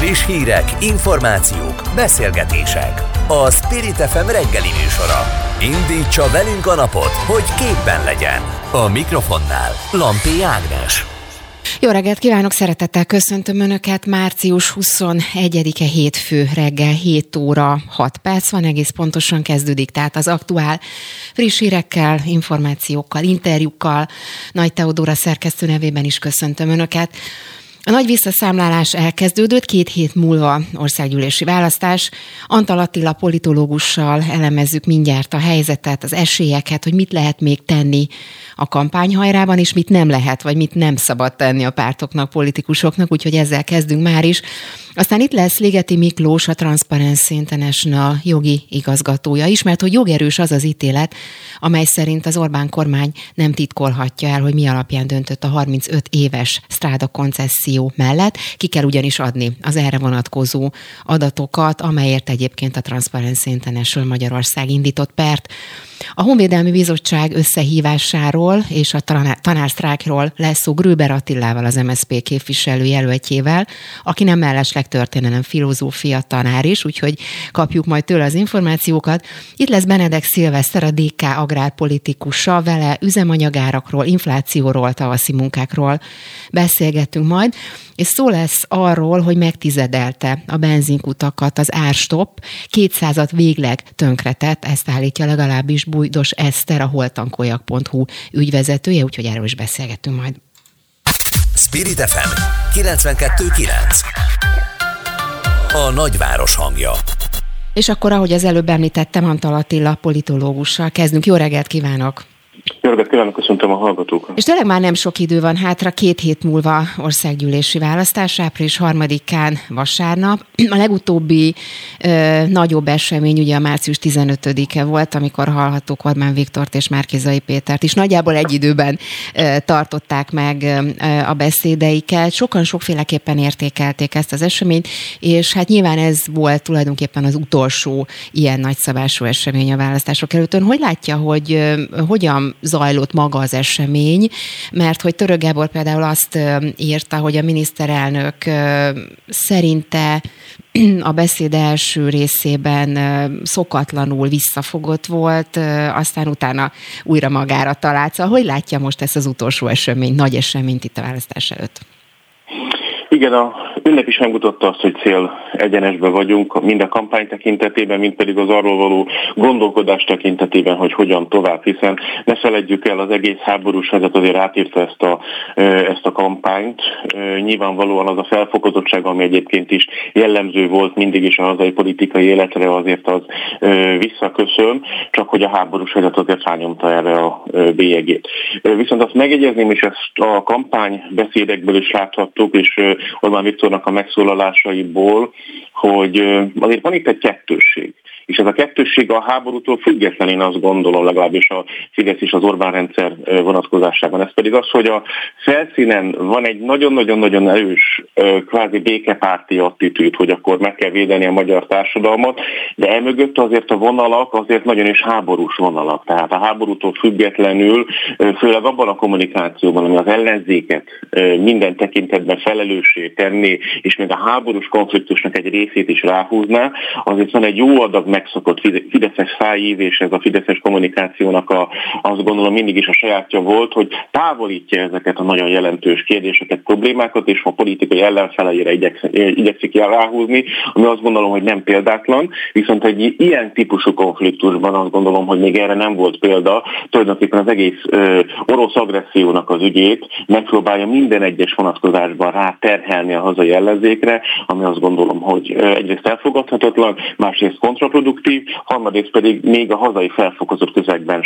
Friss hírek, információk, beszélgetések. A Spirit FM reggeli műsora. Indítsa velünk a napot, hogy képben legyen. A mikrofonnál Lampi Ágnes. Jó reggelt kívánok, szeretettel köszöntöm Önöket. Március 21-e hétfő reggel 7 óra 6 perc van, egész pontosan kezdődik, tehát az aktuál friss hírekkel, információkkal, interjúkkal. Nagy Teodóra szerkesztő nevében is köszöntöm Önöket. A nagy visszaszámlálás elkezdődött, 2 hét múlva országgyűlési választás. Antal Attila politológussal elemezzük mindjárt a helyzetet, az esélyeket, hogy mit lehet még tenni a kampányhajrában, és mit nem lehet, vagy mit nem szabad tenni a pártoknak, politikusoknak, úgyhogy ezzel kezdünk már is. Aztán itt lesz Ligeti Miklós, a Transparency International jogi igazgatója is, mert hogy jogerős az az ítélet, amely szerint az Orbán kormány nem titkolhatja el, hogy mi alapján döntött a 35 éves Stráda koncesszió mellett. Ki kell ugyanis adni az erre vonatkozó adatokat, amelyért egyébként a Transparency International Magyarország indított pert. A Honvédelmi Bizottság összehívásáról és a tanársztrájkról lesz szó Gröber Attilával, az MSZP képviselőjelöltjével, aki nem mellesleg történelem filozófia tanár is, úgyhogy kapjuk majd tőle az információkat. Itt lesz Benedek Szilveszter, a DK agrárpolitikusa, vele üzemanyagárakról, inflációról, tavaszi munkákról beszélgetünk majd, és szó lesz arról, hogy megtizedelte a benzinkutakat az árstopp, 200-at végleg tönkretett, ezt állítja legalábbis Bújdos Eszter, a holtankoljak.hu ügyvezetője, úgyhogy erről is beszélgetünk majd. Spirit FM 92.9. A nagyváros hangja. És akkor, ahogy az előbb említettem, Antal Attila politológussal kezdünk. Jó reggelt kívánok! Jó reggelt kívánok, köszöntöm a hallgatókat. És tényleg már nem sok idő van hátra, 2 hét múlva országgyűlési választás, április 3-án vasárnap. A legutóbbi nagyobb esemény ugye a március 15-e volt, amikor hallhattuk Orbán Viktort és Márki-Zay Pétert is. Nagyjából egy időben tartották meg a beszédeiket. Sokan sokféleképpen értékelték ezt az eseményt, és hát nyilván ez volt tulajdonképpen az utolsó ilyen nagyszabású esemény a választások előtt. Ön hogy látja, hogy hogyan zajlott maga az esemény, mert hogy Török Gábor például azt írta, hogy a miniszterelnök szerinte a beszéd első részében szokatlanul visszafogott volt, aztán utána újra magára talált. Szóval hogy látja most ezt az utolsó esemény, nagy eseményt itt a választás előtt? Igen, a ünnep is megmutatta azt, hogy cél egyenesben vagyunk, mind a kampány tekintetében, mind pedig az arról való gondolkodás tekintetében, hogy hogyan tovább, hiszen ne feledjük el, az egész háborús helyzet azért átírta ezt a kampányt. Nyilvánvalóan az a felfokozottság, ami egyébként is jellemző volt mindig is a hazai politikai életre, azért az visszaköszön, csak hogy a háborús helyzet azért rányomta erre a bélyegét. Viszont azt megjegyezném, és ezt a kampánybeszédekből is láthattuk, és Orbán Viktornak a megszólalásaiból, hogy azért van itt egy kettősség. És ez a kettősség a háborútól független, én azt gondolom, legalábbis a Fidesz és az Orbán rendszer vonatkozásában. Ez pedig az, hogy a felszínen van egy nagyon-nagyon-nagyon erős kvázi békepárti attitűd, hogy akkor meg kell védeni a magyar társadalmat, de emögött azért a vonalak azért nagyon is háborús vonalak. Tehát a háborútól függetlenül, főleg abban a kommunikációban, ami az ellenzéket minden tekintetben felelőssé tenni, és még a háborús konfliktusnak egy részét is ráhúzná, azért van egy jó adag megszokott fideszes szájív, és ez a fideszes kommunikációnak azt gondolom mindig is a sajátja volt, hogy távolítja ezeket a nagyon jelentős kérdéseket, problémákat, és a politikai ellenfeleire igyekszik ráhúzni, ami azt gondolom, hogy nem példátlan, viszont egy ilyen típusú konfliktusban azt gondolom, hogy még erre nem volt példa, tulajdonképpen az egész orosz agressziónak az ügyét megpróbálja minden egyes vonatkozásban ráterhelni a hazai ellenzékre, ami azt gondolom, hogy egyrészt elfogadhatatlan, másrészt kontraproduktív, harmadrészt pedig még a hazai felfokozott közegben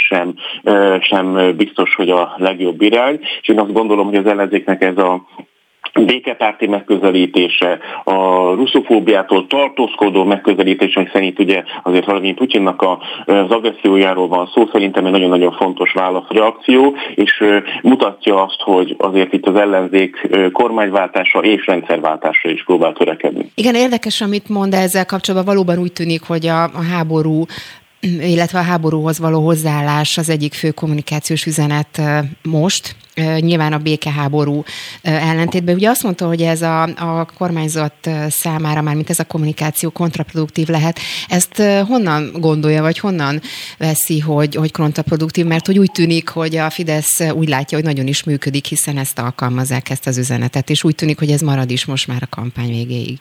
sem biztos, hogy a legjobb irány, és én azt gondolom, hogy az ellenzéknek ez a békepárti megközelítése, a russzofóbiától tartózkodó megközelítés, ami szerint ugye azért Vladimir Putyinnak az agressziójáról van szó, szerintem egy nagyon-nagyon fontos válaszreakció, és mutatja azt, hogy azért itt az ellenzék kormányváltása és rendszerváltásra is próbál törekedni. Igen, érdekes, amit mond ezzel kapcsolatban, valóban úgy tűnik, hogy a háború illetve a háborúhoz való hozzáállás az egyik fő kommunikációs üzenet most, nyilván a békeháború ellentétben. Ugye azt mondta, hogy ez a kormányzat számára, mármint ez a kommunikáció kontraproduktív lehet. Ezt honnan gondolja, vagy honnan veszi, hogy kontraproduktív? Mert hogy úgy tűnik, hogy a Fidesz úgy látja, hogy nagyon is működik, hiszen ezt alkalmazzák, ezt az üzenetet, és úgy tűnik, hogy ez marad is most már a kampány végéig.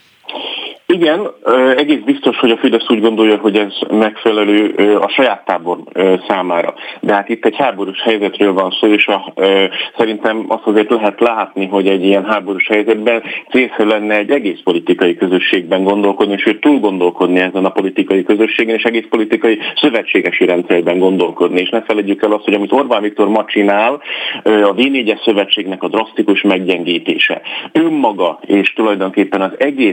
Igen, egész biztos, hogy a Fidesz úgy gondolja, hogy ez megfelelő a saját tábor számára. De hát itt egy háborús helyzetről van szó, és szerintem azt azért lehet látni, hogy egy ilyen háborús helyzetben célszerű lenne egy egész politikai közösségben gondolkodni, sőt túl gondolkodni ezen a politikai közösségen, és egész politikai szövetségesi rendszerben gondolkodni. És ne felejtjük el azt, hogy amit Orbán Viktor ma csinál, a V4-es szövetségnek a drasztikus meggyengítése. Önmaga és tulajdonképpen az egész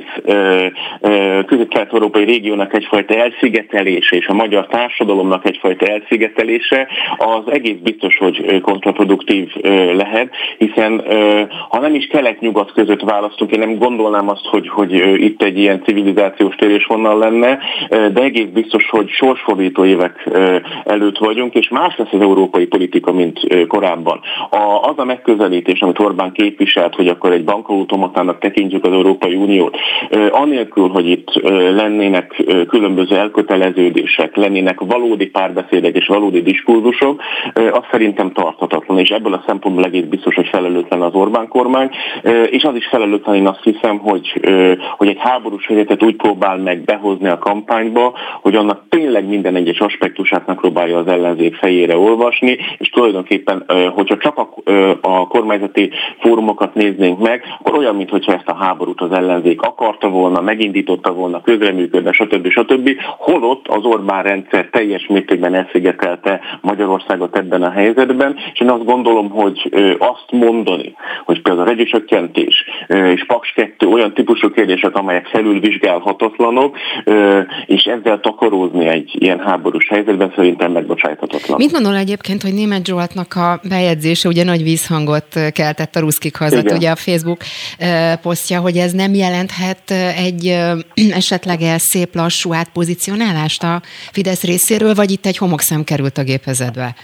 közép-kelet-európai régiónak egyfajta elszigetelése és a magyar társadalomnak egyfajta elszigetelése, az egész biztos, hogy kontraproduktív lehet, hiszen ha nem is kelet-nyugat között választunk, én nem gondolnám azt, hogy itt egy ilyen civilizációs törésvonal lenne, de egész biztos, hogy sorsfordító évek előtt vagyunk, és más lesz az európai politika, mint korábban. Az a megközelítés, amit Orbán képviselt, hogy akkor egy bankautomatának tekintjük az Európai Uniót, anélkül, hogy itt lennének különböző elköteleződések, lennének valódi párbeszédek és valódi diskurzusok, az szerintem tarthatatlan, és ebből a szempontból egész biztos, hogy felelőtlen az Orbán kormány, és az is felelőtlen, én azt hiszem, hogy egy háborús helyzetet úgy próbál meg behozni a kampányba, hogy annak tényleg minden egyes aspektusát megpróbálja az ellenzék fejére olvasni, és tulajdonképpen, hogyha csak a kormányzati fórumokat néznénk meg, akkor olyan, mintha ezt a háborút az ellenzék akarta volna, megindította volna, közreműködne, stb. Holott az Orbán rendszer teljes mértékben elszigetelte Magyarországot ebben a helyzetben, és én azt gondolom, hogy azt mondani, hogy például a rezsicsökkentés és Paks 2 olyan típusú kérdések, amelyek felülvizsgálhatatlanok, és ezzel takarózni egy ilyen háborús helyzetben szerintem megbocsájthatatlan. Mit mondol egyébként, hogy Németh Zsoltnak a bejegyzése ugye nagy vízhangot keltett a Ruszkik hazat, ugye a Facebook posztja, hogy ez nem jelenthet egy esetleges szép lassú átpozicionálást a Fidesz részéről, vagy itt egy homokszem került a gépezetbe?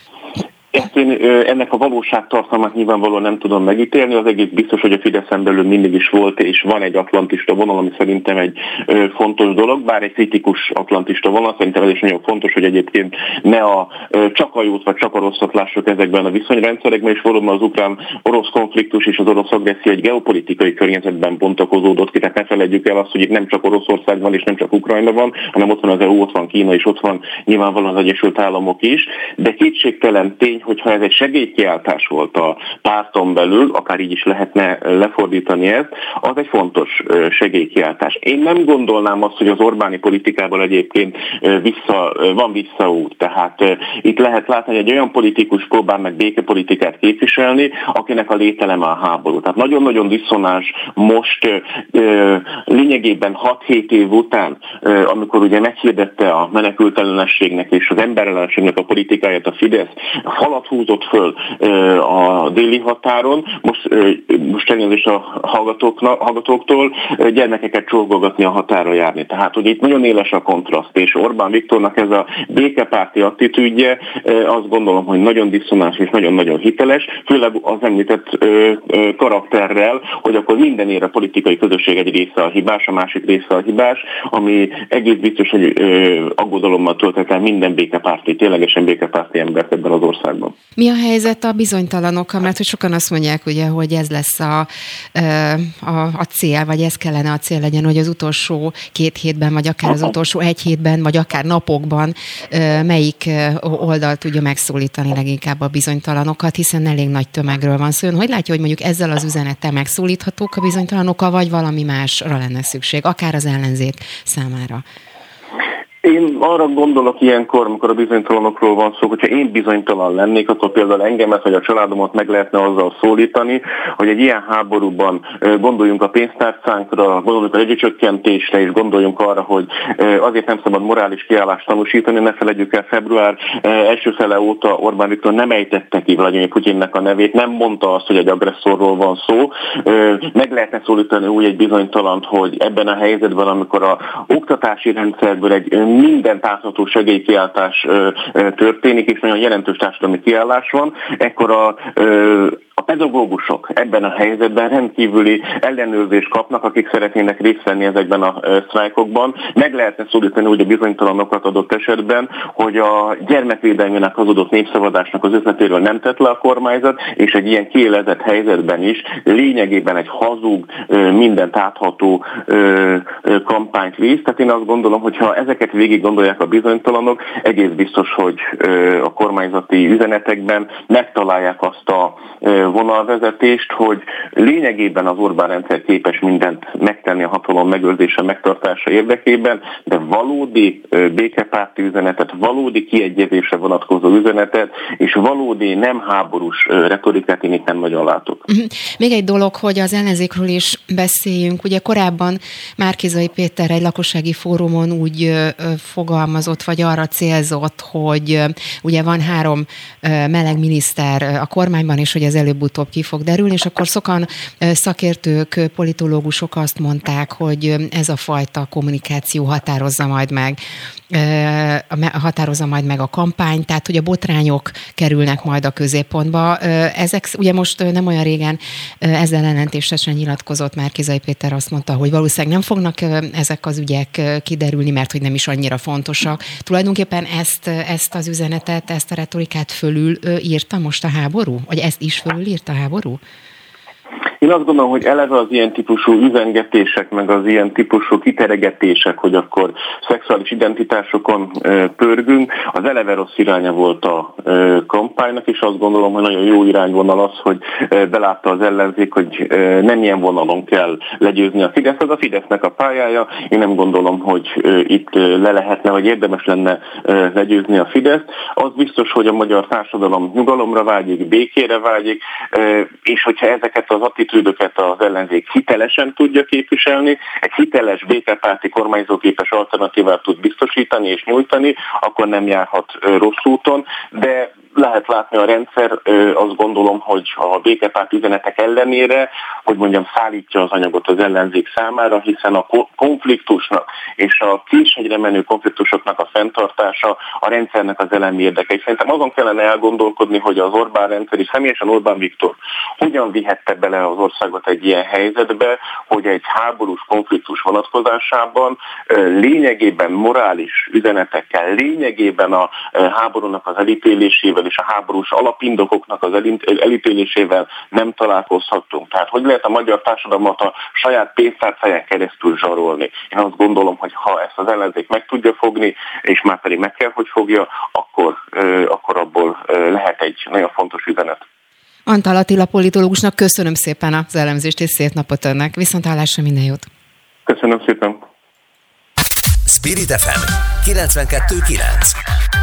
Ennek a valóságtartalmát nyilvánvalóan nem tudom megítélni, az egész biztos, hogy a Fideszen belül mindig is volt, és van egy atlantista vonal, ami szerintem egy fontos dolog, bár egy kritikus atlantista vonal, szerintem ez is nagyon fontos, hogy egyébként ne csak a jót vagy csak a rosszat lássuk ezekben a viszonyrendszerekben, és valóban az ukrán-orosz konfliktus és az orosz agresszió egy geopolitikai környezetben bontakozódott ki, tehát ne feledjük el azt, hogy itt nem csak Oroszország van és nem csak Ukrajna van, hanem ott van az EU, ott van Kína és ott van nyilvánvalóan az Egyesült Államok is, de kétségtelen tény, hogyha ez egy segélykiáltás volt a párton belül, akár így is lehetne lefordítani ezt, az egy fontos segélykiáltás. Én nem gondolnám azt, hogy az Orbáni politikában egyébként van visszaút. Tehát itt lehet látni, hogy egy olyan politikus próbál meg békepolitikát képviselni, akinek a lételeme a háború. Tehát nagyon-nagyon diszonáns most lényegében 6-7 év után, amikor ugye meghirdette a menekültellenességnek és az emberellenességnek a politikáját a Fidesz, falat húzott föl a déli határon, most elnézést a hallgatóktól, gyermekeket csorgolgatni a határa járni. Tehát, hogy itt nagyon éles a kontraszt, és Orbán Viktornak ez a békepárti attitűdje, azt gondolom, hogy nagyon diszonáns és nagyon-nagyon hiteles, főleg az említett karakterrel, hogy akkor mindenére a politikai közösség egy része a hibás, a másik része a hibás, ami egész biztos, hogy aggodalommal töltett el minden békepárti, ténylegesen békepárti embert ebben az országban. Mi a helyzet a bizonytalanokkal? Mert hogy sokan azt mondják, ugye, hogy ez lesz a cél, vagy ez kellene a cél legyen, hogy az utolsó 2 hétben, vagy akár az utolsó 1 hétben, vagy akár napokban melyik oldal tudja megszólítani leginkább a bizonytalanokat, hiszen elég nagy tömegről van szó. Hogy látja, hogy mondjuk ezzel az üzenettel megszólíthatók a bizonytalanokkal, vagy valami másra lenne szükség, akár az ellenzék számára? Én arra gondolok ilyenkor, amikor a bizonytalanokról van szó, hogyha én bizonytalan lennék, akkor például engemet vagy a családomat meg lehetne azzal szólítani, hogy egy ilyen háborúban gondoljunk a pénztárcánkra, gondoljunk a rezsicsökkentésre, és gondoljunk arra, hogy azért nem szabad morális kiállást tanúsítani, ne feledjük el, február első fele óta Orbán Viktor nem ejtette ki Vladimir Putyinnek a nevét, nem mondta azt, hogy egy agresszorról van szó. Meg lehetne szólítani úgy egy bizonytalant, hogy ebben a helyzetben, amikor a oktatási rendszerből egy minden társadalmi segélykiáltás történik, és nagyon jelentős társadalmi kiállás van, ekkor a pedagógusok ebben a helyzetben rendkívüli ellenőrzést kapnak, akik szeretnének részt venni ezekben a sztrájkokban. Meg lehetne szólítani úgy a bizonytalanokat adott esetben, hogy a gyermekvédelmének hazudott népszavazásnak az ötletéről nem tett le a kormányzat, és egy ilyen kiélezett helyzetben is lényegében egy hazug, mindent átható kampányt visz. Tehát én azt gondolom, hogy ha ezeket végig gondolják a bizonytalanok, egész biztos, hogy a kormányzati üzenetekben megtalálják azt a vonalvezetést, hogy lényegében az Orbán rendszer képes mindent megtenni a hatalom megőrzése, megtartása érdekében, de valódi békepárti üzenetet, valódi kiegyezésre vonatkozó üzenetet, és valódi nem háborús retorikát én itt nem nagyon látok. Még egy dolog, hogy az ellenzékről is beszéljünk. Ugye korábban Márki-Zay Péter egy lakossági fórumon úgy fogalmazott, vagy arra célzott, hogy ugye van 3 meleg miniszter a kormányban, és hogy ez előbb-utóbb ki fog derülni, és akkor sokan szakértők, politológusok azt mondták, hogy ez a fajta kommunikáció határozza majd meg a kampányt, tehát hogy a botrányok kerülnek majd a középpontba. Ezek ugye most nem olyan régen ezzel ellentétesen nyilatkozott Márki-Zay Péter, azt mondta, hogy valószínűleg nem fognak ezek az ügyek kiderülni, mert hogy nem is annyira fontosak. Tulajdonképpen ezt az üzenetet, ezt a retorikát fölül írta most a háború? Vagy ezt is fölül írta a háború? Én azt gondolom, hogy eleve az ilyen típusú üzengetések, meg az ilyen típusú kiteregetések, hogy akkor szexuális identitásokon pörgünk, az eleve rossz iránya volt a kampánynak, és azt gondolom, hogy nagyon jó irányvonal az, hogy belátta az ellenzék, hogy nem ilyen vonalon kell legyőzni a Fidesz. Az a Fidesznek a pályája, én nem gondolom, hogy itt le lehetne, vagy érdemes lenne legyőzni a Fideszt. Az biztos, hogy a magyar társadalom nyugalomra vágyik, békére vágyik, és hogyha ezeket az attitűdöket az ellenzék hitelesen tudja képviselni, egy hiteles békepárti kormányzóképes alternatívát tud biztosítani és nyújtani, akkor nem járhat rossz úton, de lehet látni a rendszer, azt gondolom, hogy a békepárt üzenetek ellenére, hogy mondjam, szállítja az anyagot az ellenzék számára, hiszen a konfliktusnak és a késhegyre menő konfliktusoknak a fenntartása a rendszernek az elemi érdekei. Szerintem azon kellene elgondolkodni, hogy az Orbán rendszer és személyesen Orbán Viktor hogyan vihette bele az országot egy ilyen helyzetbe, hogy egy háborús konfliktus vonatkozásában lényegében morális üzenetekkel, lényegében a háborúnak az elítélésével és a háborús alapindokoknak az elítélésével nem találkozhattunk. Tehát hogy lehet a magyar társadalmat a saját pénztárcáján keresztül zsarolni? Én azt gondolom, hogy ha ezt az ellenzék meg tudja fogni, és már pedig meg kell, hogy fogja, akkor abból lehet egy nagyon fontos üzenet. Antal Attila politológusnak köszönöm szépen az elemzést, és szép napot önnek. Viszonthallásra, minden jót! Köszönöm szépen! Spirit FM 92.9.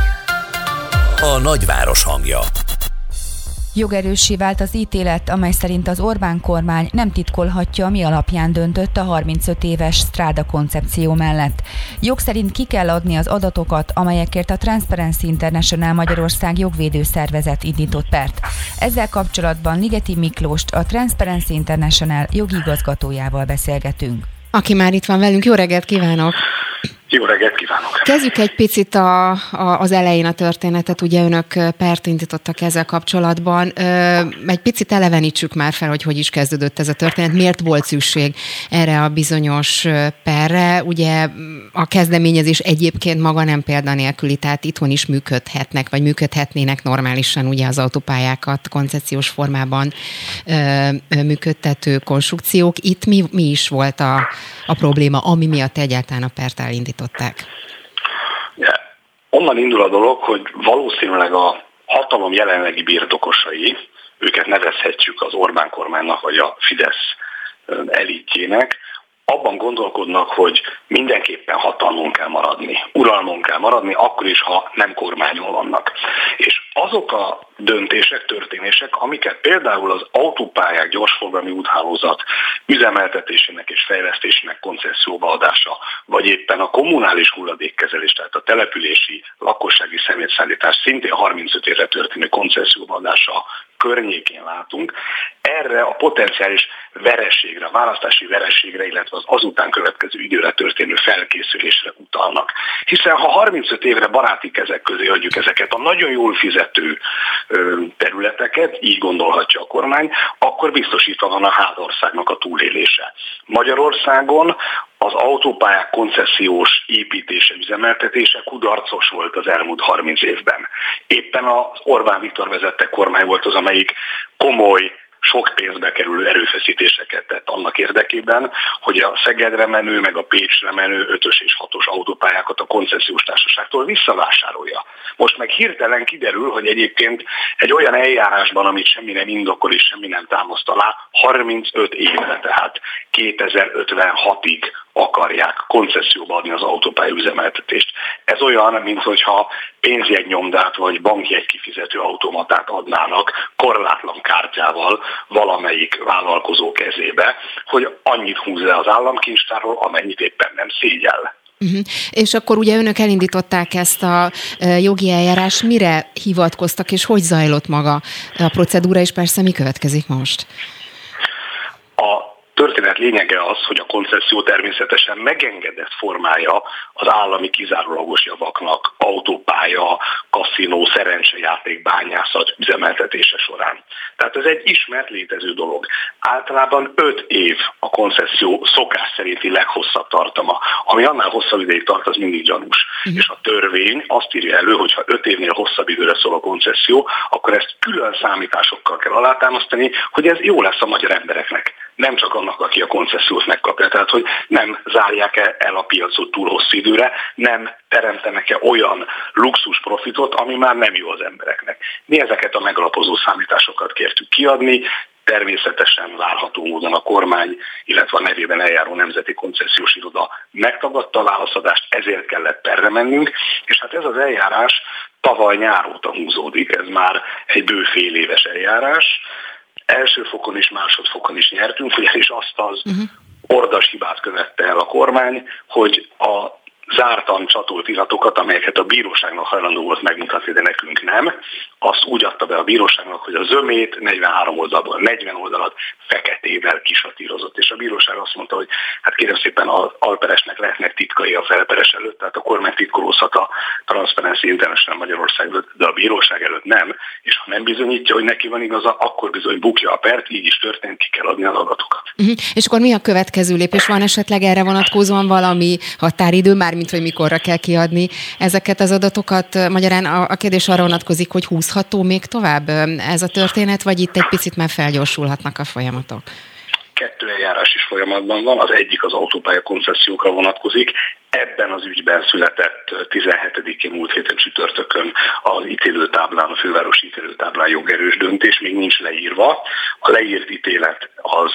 A nagyváros hangja. Jogerőssé vált az ítélet, amely szerint az Orbán kormány nem titkolhatja, mi alapján döntött a 35 éves Stráda koncepció mellett. Jog szerint ki kell adni az adatokat, amelyekért a Transparency International Magyarország jogvédő szervezet indított pert. Ezzel kapcsolatban Ligeti Miklóst, a Transparency International jogi igazgatójával beszélgetünk. Aki már itt van velünk, jó reggelt kívánok! Jó reggelt kívánok! Kezdjük egy picit az elején a történetet, ugye önök pert indítottak ezzel kapcsolatban. Egy picit elevenítsük már fel, hogy is kezdődött ez a történet, miért volt szükség erre a bizonyos perre. Ugye a kezdeményezés egyébként maga nem példanélküli, tehát itthon is működhetnek, vagy működhetnének normálisan ugye az autópályákat koncepciós formában működtető konstrukciók. Itt mi is volt a probléma, ami miatt egyáltalán a pert elindították? Onnan indul a dolog, hogy valószínűleg a hatalom jelenlegi birtokosai, őket nevezhetjük az Orbán kormánynak vagy a Fidesz elitjének, abban gondolkodnak, hogy mindenképpen hatalmon kell maradni, uralmon kell maradni, akkor is, ha nem kormányon vannak. És azok a döntések, történések, amiket például az autópályák gyorsforgalmi úthálózat üzemeltetésének és fejlesztésének koncesszióba adása, vagy éppen a kommunális hulladékkezelés, tehát a települési lakossági szemétszállítás szintén 35 évre történő koncesszióba adása környékén látunk, erre a potenciális vereségre, a választási vereségre, illetve az azután következő időre történő felkészülésre utalnak. Hiszen ha 35 évre baráti kezek közé adjuk ezeket a nagyon jól fizető területeket, így gondolhatja a kormány, akkor biztosítva van a házországnak a túlélése. Magyarországon az autópályák koncesziós építése, üzemeltetése kudarcos volt az elmúlt 30 évben. Éppen az Orbán Viktor vezette kormány volt az, amelyik komoly, sok pénzbe kerülő erőfeszítéseket tett annak érdekében, hogy a Szegedre menő, meg a Pécsre menő 5-ös és 6-os autópályákat a koncesziós társaságtól visszavásárolja. Most meg hirtelen kiderül, hogy egyébként egy olyan eljárásban, amit semmi nem indokol és semmi nem támaszt alá, 35 évre, tehát 2056-ig akarják koncesszióba adni az autópálya üzemeltetést. Ez olyan, mintha pénzjegynyomdát vagy bankjegy kifizető automatát adnának korlátlan kártyával valamelyik vállalkozó kezébe, hogy annyit húz le az államkincstárról, amennyit éppen nem szégyell. Uh-huh. És akkor ugye önök elindították ezt a jogi eljárást, mire hivatkoztak, és hogy zajlott maga a procedúra, és persze mi következik most? A történet lényege az, hogy a koncesszió természetesen megengedett formája az állami kizárólagos javaknak, autópálya, kaszinó, szerencsejáték, bányászat üzemeltetése során. Tehát ez egy ismert létező dolog. Általában 5 év a koncesszió szokás szerinti leghosszabb tartama. Ami annál hosszabb ideig tart, az mindig gyanús. És a törvény azt írja elő, hogy ha 5 évnél hosszabb időre szól a koncesszió, akkor ezt külön számításokkal kell alátámasztani, hogy ez jó lesz a magyar embereknek. Nem csak annak, aki a koncessziót megkapja. Tehát, hogy nem zárják el a piacot túl hosszú időre, nem teremtenek-e olyan luxus profitot, ami már nem jó az embereknek. Mi ezeket a megalapozó számításokat kértük kiadni, természetesen várható módon a kormány, illetve a nevében eljáró Nemzeti Koncesziós Iroda megtagadta a válaszadást, ezért kellett perre mennünk, és hát ez az eljárás tavaly nyár óta húzódik, ez már egy bő fél éves eljárás. Első fokon és másodfokon is nyertünk, ugyanis azt az ordas hibát követte el a kormány, hogy a zártan csatolt iratokat, amelyeket a bíróságnak hajlandó volt megmutatni, de nekünk nem, azt úgy adta be a bíróságnak, hogy a zömét 43 oldalból 40 oldalat feketével kisatírozott. És a bíróság azt mondta, hogy hát kérem szépen az alperesnek lehetnek titkai a felperes előtt, tehát a kormány titkolózhat a Transparency International Magyarország előtt, de a bíróság előtt nem, és ha nem bizonyítja, hogy neki van igaza, akkor bizony bukja a pert, így is történt, ki kell adni az adatokat. És akkor mi a következő lépés? Van esetleg erre vonatkozóan valami határidő, mármint hogy mikorra kell kiadni ezeket az adatokat? Magyarán a kérdés arra vonatkozik, hogy húzható még tovább ez a történet, vagy itt egy picit már felgyorsulhatnak a folyamatok? 2 eljárás is folyamatban van, az egyik az autópálya koncessziókra vonatkozik. Ebben az ügyben született 17-én múlt héten csütörtökön az ítélőtáblán, a fővárosi ítélőtáblán jogerős döntés, még nincs leírva. A leírt ítélet az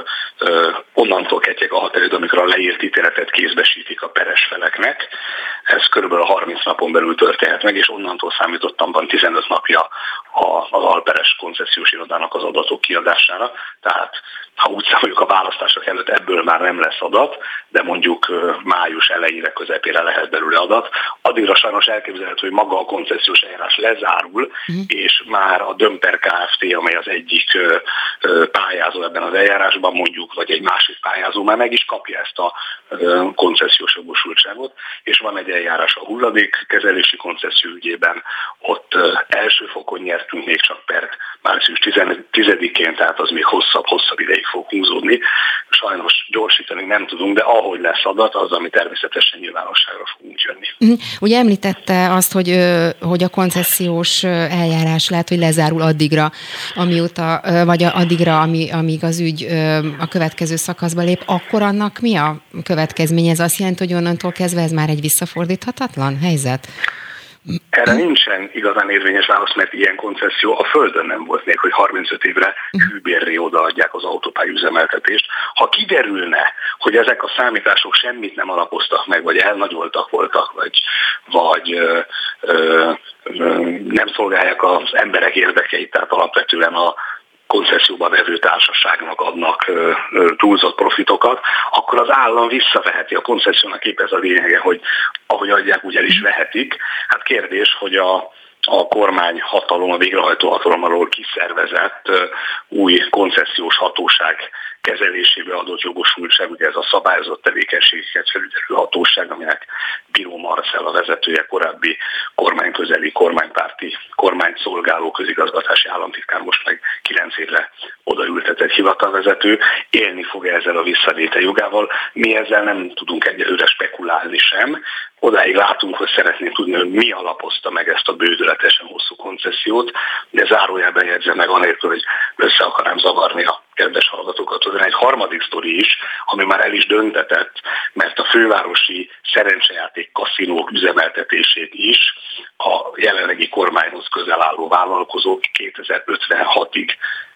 onnantól ketyeg a határidő, amikor a leírt ítéletet kézbesítik a peres feleknek. Ez körülbelül 30 napon belül történhet meg, és onnantól számítottam van 15 napja az alperes koncesziós irodának az adatok kiadására. Tehát ha úgy számoljuk, a választások előtt ebből már nem lesz adat, de mondjuk május elejére, közepére lehet belőle adat. Addigra sajnos elképzelhető, hogy maga a koncesziós eljárás lezárul, és már a Dömper Kft., amely az egyik pályázó ebben az eljárásban mondjuk, vagy egy másik pályázó már meg is kapja ezt a koncesziós jogosultságot, és van egy eljárás a hulladékkezelési koncesszió ügyében, ott első fokon nyertünk még csak pert március 10-én, tehát az még hosszabb ideig fog húzódni. Sajnos gyorsítani nem tudunk, de ahogy lesz adat, az, ami természetesen nyilvánosságra fogunk jönni. Ugye említette azt, hogy a koncesziós eljárás lehet, hogy lezárul addigra, amióta, vagy addigra, amíg az ügy a következő szakaszba lép, akkor annak mi a következménye? Ez azt jelenti, hogy onnantól kezdve ez már egy visszafordíthatatlan helyzet? Erre nincsen igazán érvényes válasz, mert ilyen koncesszió a Földön nem volt még, hogy 35 évre hűbérré odaadják az autópálya üzemeltetést. Ha kiderülne, hogy ezek a számítások semmit nem alapoztak meg, vagy elnagyoltak voltak, vagy nem szolgálják az emberek érdekeit, tehát alapvetően a koncesszióba vevő társaságnak adnak túlzott profitokat, akkor az állam visszaveheti. A koncessziónak épp ez a lényege, hogy ahogy adják, úgy el is vehetik. Hát kérdés, hogy a kormányhatalom, a végrehajtó hatalom alól kiszervezett új koncesziós hatóság kezelésébe adott jogosultság, ugye ez a szabályozott tevékenységeket felügyelő hatóság, aminek Bíró Marcell a vezetője, korábbi kormányközeli, kormánypárti, kormányt szolgáló közigazgatási államtitkár, most meg 9 évre odaültetett hivatalvezető, élni fog ezzel a visszavétel jogával. Mi ezzel nem tudunk egyelőre spekulálni sem. Odáig látunk, hogy szeretnénk tudni, hogy mi alapozta meg ezt a bődöletesen hosszú koncesziót, de zárójelben jegyzem meg anélkül, hogy össze akarám zavarni a kedves hallgatókat. Az egy harmadik sztori is, ami már el is döntetett, mert a fővárosi szerencsejáték kaszinók üzemeltetését is a jelenlegi kormányhoz közel álló vállalkozók 2056-ig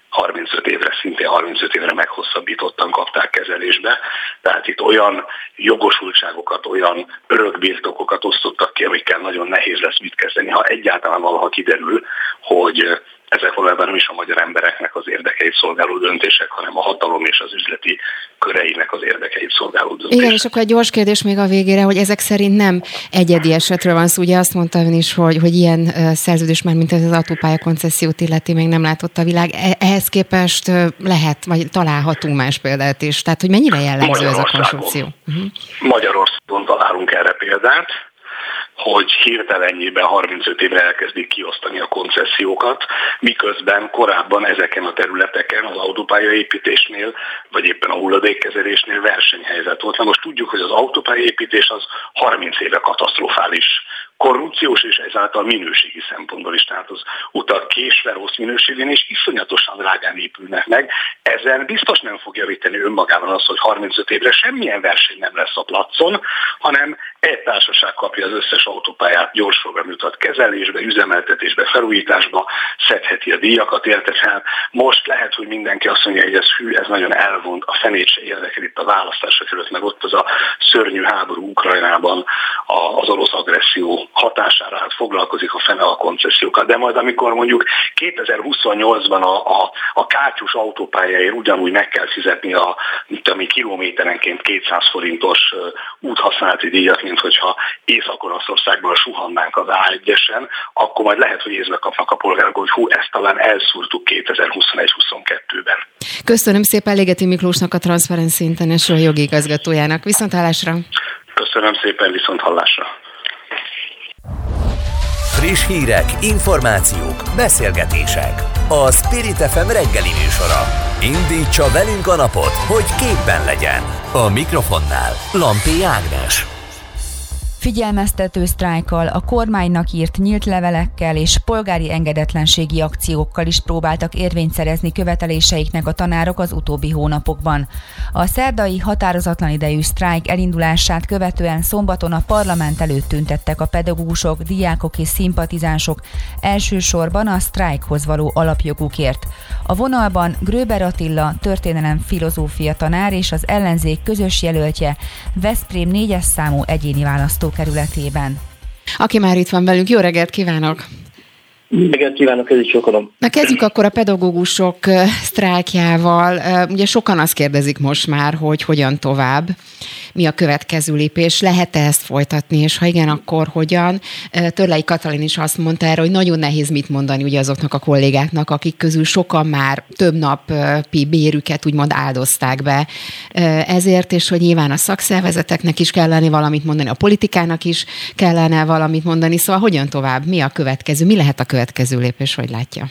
35 évre, szintén 35 évre meghosszabbítottan kapták kezelésbe. Tehát itt olyan jogosultságokat, olyan örökbirtokokat osztottak ki, amikkel nagyon nehéz lesz mit kezdeni, ha egyáltalán valaha kiderül, hogy ezek valójában nem is a magyar embereknek az érdekeit szolgáló döntések, hanem a hatalom és az üzleti köreinek az érdekeit szolgáló döntések. Igen, és akkor egy gyors kérdés még a végére, hogy ezek szerint nem egyedi esetről van szó. Ugye azt mondta ön is, hogy ilyen szerződés már, mint ez az autópálya koncessziót illeti, még nem látott a világ. Ehhez képest lehet, vagy találhatunk más példát is. Tehát, hogy mennyire jellemző ez a konstrukció? Magyarországon találunk erre példát, hogy hirtelenjében 35 évre elkezdik kiosztani a koncesziókat, miközben korábban ezeken a területeken az autópályaépítésnél, vagy éppen a hulladékkezelésnél versenyhelyzet volt. Na most tudjuk, hogy az autópályaépítés az 30 éve katasztrofális, korrupciós és ezáltal minőségi szempontból is, tehát az utak késve, rossz minőségén és iszonyatosan drágán épülnek meg. Ezen biztos nem fog javítani önmagában az, hogy 35 évre semmilyen verseny nem lesz a placon, hanem egy társaság kapja az összes autópályát, gyorsprogram jutat kezelésbe, üzemeltetésbe, felújításba, szedheti a díjakat, érte fel. Most lehet, hogy mindenki azt mondja, hogy ez nagyon elvont, a fenét se érdekel itt a választások előtt, meg ott az a szörnyű háború Ukrajnában, az orosz agresszió hatására foglalkozik a fene a koncesziókkal. De majd amikor mondjuk 2028-ban a kátyus autópályáért ugyanúgy meg kell fizetni a kilométerenként 200 forintos úthasználati díjat, mint hogyha Észak-Oroszországból suhannánk az A1-esen, akkor majd lehet, hogy észbe kapnak a polgárok, hogy ezt talán elszúrtuk 2021-22-ben. Köszönöm szépen Ligeti Miklósnak, a Transparency International jogi igazgatójának. Viszonthallásra! Köszönöm szépen, viszonthallásra! Friss hírek, információk, beszélgetések. A Spirit FM reggeli műsora. Indítsa velünk a napot, hogy képben legyen. A mikrofonnál Lampi Ágnes. Figyelmeztető sztrájkkal, a kormánynak írt nyílt levelekkel és polgári engedetlenségi akciókkal is próbáltak érvényt szerezni követeléseiknek a tanárok az utóbbi hónapokban. A szerdai határozatlan idejű sztrájk elindulását követően szombaton a parlament előtt tüntettek a pedagógusok, diákok és szimpatizánsok, elsősorban a sztrájkhoz való alapjogukért. A vonalban Gröber Attila, történelem-filozófia tanár és az ellenzék közös jelöltje Veszprém 4-es számú egyéni választókerületében. Aki már itt van velünk, jó reggelt kívánok! Reggelt kívánok, ez is sokalom. Na kezdjük akkor a pedagógusok sztrájkjával. Ugye sokan azt kérdezik most már, hogy hogyan tovább, mi a következő lépés, lehet-e ezt folytatni, és ha igen, akkor hogyan? Törlei Katalin is azt mondta erre, hogy nagyon nehéz mit mondani ugye azoknak a kollégáknak, akik közül sokan már több napi bérüket úgymond áldozták be ezért, és hogy nyilván a szakszervezeteknek is kellene valamit mondani, a politikának is kellene valamit mondani, szóval hogyan tovább, mi a következő, mi lehet a következő lépés, hogy látja?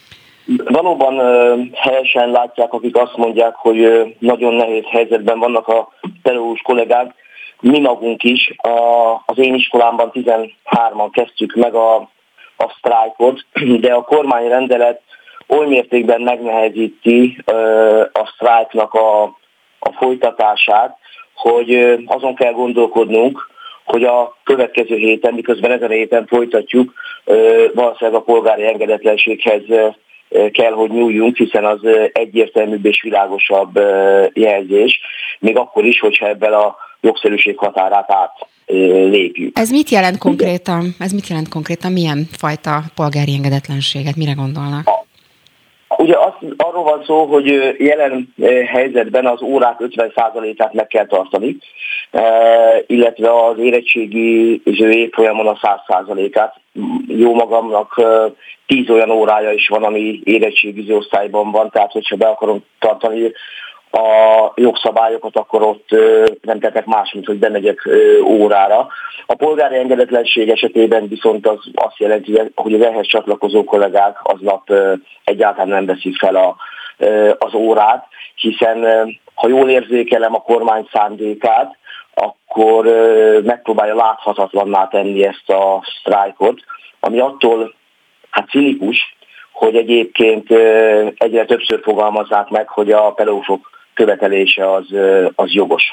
Valóban helyesen látják, akik azt mondják, hogy nagyon nehéz helyzetben vannak a pedagógus kollégák. Mi magunk is, az én iskolámban 13-an kezdtük meg a sztrájkot, de a kormányrendelet oly mértékben megnehezíti a sztrájknak a folytatását, hogy azon kell gondolkodnunk, hogy a következő héten, miközben ezen a héten folytatjuk, valószínűleg a polgári engedetlenséghez kell, hogy nyúljunk, hiszen az egyértelműbb és világosabb jelzés, még akkor is, hogyha ebben a jogszerűség határát átlépjük. Ez mit jelent konkrétan? Milyen fajta polgári engedetlenséget? Mire gondolnak? Ugye arról van szó, hogy jelen helyzetben az órák 50%-át meg kell tartani, illetve az érettségi évfolyamon a 100%-át. jó magamnak 10 olyan órája is van, ami érettségiző osztályban van, tehát hogyha be akarom tartani a jogszabályokat, akkor ott nem tettek más, mint hogy bemegyek órára. A polgári engedetlenség esetében viszont az azt jelenti, hogy az ehhez csatlakozó kollégák aznap egyáltalán nem veszik fel az órát, hiszen ha jól érzékelem a kormány szándékát, akkor megpróbálja láthatatlanná tenni ezt a sztrájkot, ami attól cinikus, hogy egyébként egyre többször fogalmazzák meg, hogy a pedagógusok követelése az jogos.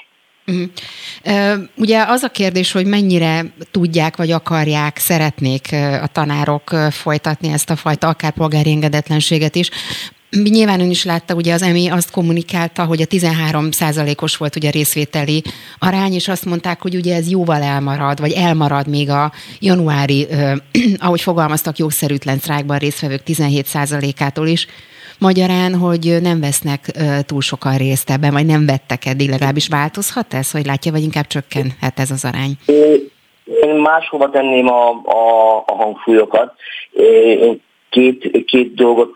Ugye az a kérdés, hogy mennyire tudják, vagy akarják, szeretnék a tanárok folytatni ezt a fajta akár polgári engedetlenséget is. Nyilván ön is látta, ugye az EMI azt kommunikálta, hogy a 13%-os volt ugye a részvételi arány, és azt mondták, hogy ugye ez jóval elmarad még a januári, ahogy fogalmaztak, jogszerűtlen sztrájkban résztvevők 17%-ától is. Magyarán, hogy nem vesznek túl sokan részt ebben, vagy nem vettek eddig, legalábbis változhat ez, hogy látja, vagy inkább csökkenhet ez az arány? Én máshova tenném a hangsúlyokat. Én két dolgot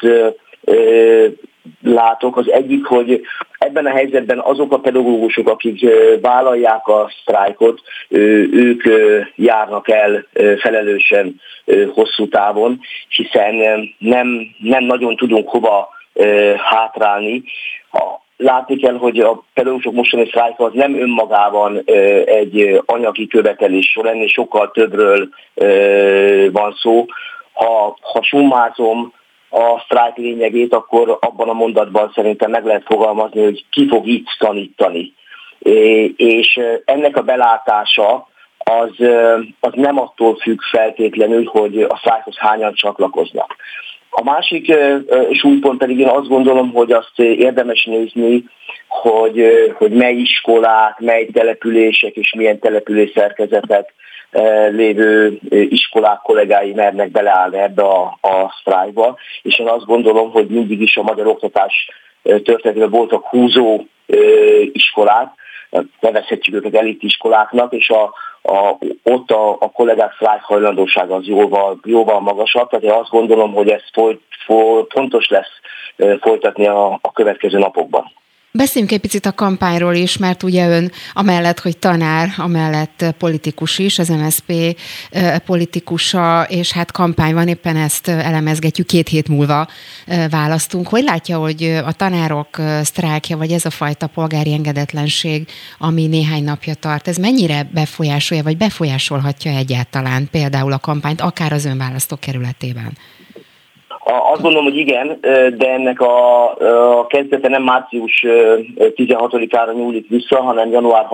látok. Az egyik, hogy ebben a helyzetben azok a pedagógusok, akik vállalják a sztrájkot, ők járnak el felelősen hosszú távon, hiszen nem nagyon tudunk hova hátrálni. Látni kell, hogy a pedagógusok mostani sztrájka az nem önmagában egy anyagi követelés, ennél sokkal többről van szó. Ha summázom a sztrájk lényegét, akkor abban a mondatban szerintem meg lehet fogalmazni, hogy ki fog itt tanítani. És ennek a belátása az nem attól függ feltétlenül, hogy a sztrájkhoz hányan csatlakoznak. A másik súlypont pedig én azt gondolom, hogy azt érdemes nézni, hogy mely iskolák, mely települések és milyen településszerkezetek lévő iskolák kollégái mernek beleállni ebbe a sztrájkba, és én azt gondolom, hogy mindig is a magyar oktatás történetében voltak húzó iskolák, nevezhetjük őket elitiskoláknak, és ott a kollégák sztrájk hajlandósága az jóval magasabb, tehát én azt gondolom, hogy ez fontos lesz folytatni a következő napokban. Beszéljünk egy picit a kampányról is, mert ugye ön amellett, hogy tanár, amellett politikus is, az MSZP politikusa, és hát kampány van, éppen ezt elemezgetjük, 2 hét múlva választunk. Hogy látja, hogy a tanárok sztrájkja, vagy ez a fajta polgári engedetlenség, ami néhány napja tart, ez mennyire befolyásolja, vagy befolyásolhatja egyáltalán például a kampányt, akár az ön választókerületében? Azt gondolom, hogy igen, de ennek a kezdete nem március 16-ára nyúlik vissza, hanem január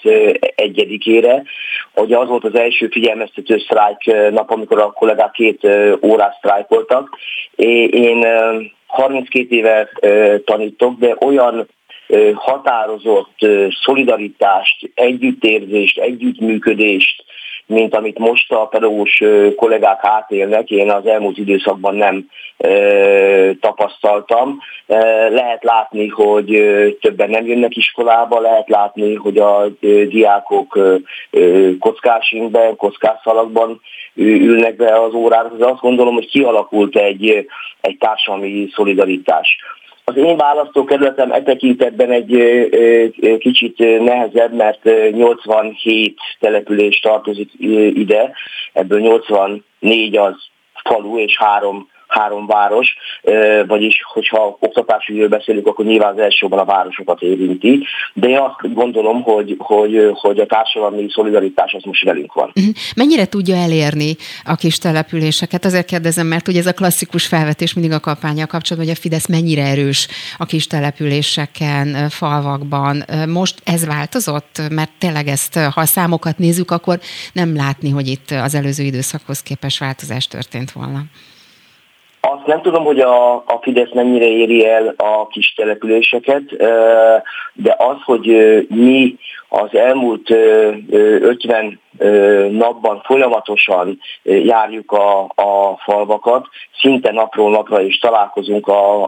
31-ére. Ugye az volt az első figyelmeztető sztrájk nap, amikor a kollégák 2 órát sztrájkoltak. Én 32 éve tanítok, de olyan határozott szolidaritást, együttérzést, együttműködést, mint amit most a pedagógus kollégák átélnek, én az elmúlt időszakban nem tapasztaltam. Lehet látni, hogy többen nem jönnek iskolába, lehet látni, hogy a diákok kockásingben, kockásszalagban ülnek be az órára. Azt gondolom, hogy kialakult egy társadalmi szolidaritás. Az én választókerületem tekintetben egy kicsit nehezebb, mert 87 település tartozik ide, ebből 84 az falu és 3 város, vagyis hogyha oktatásügyről beszélünk, akkor nyilván az elsősorban a városokat érinti, de én azt gondolom, hogy a társadalmi szolidaritás az most velünk van. Mennyire tudja elérni a kis településeket? Azért kérdezem, mert ugye ez a klasszikus felvetés mindig a kampánnyal kapcsolatban, hogy a Fidesz mennyire erős a kis településeken, falvakban. Most ez változott? Mert tényleg ezt, ha a számokat nézzük, akkor nem látni, hogy itt az előző időszakhoz képest változás történt volna. Azt nem tudom, hogy a Fidesz mennyire éri el a kis településeket, de az, hogy mi az elmúlt 50 napban folyamatosan járjuk a falvakat, szinte napról napra is találkozunk a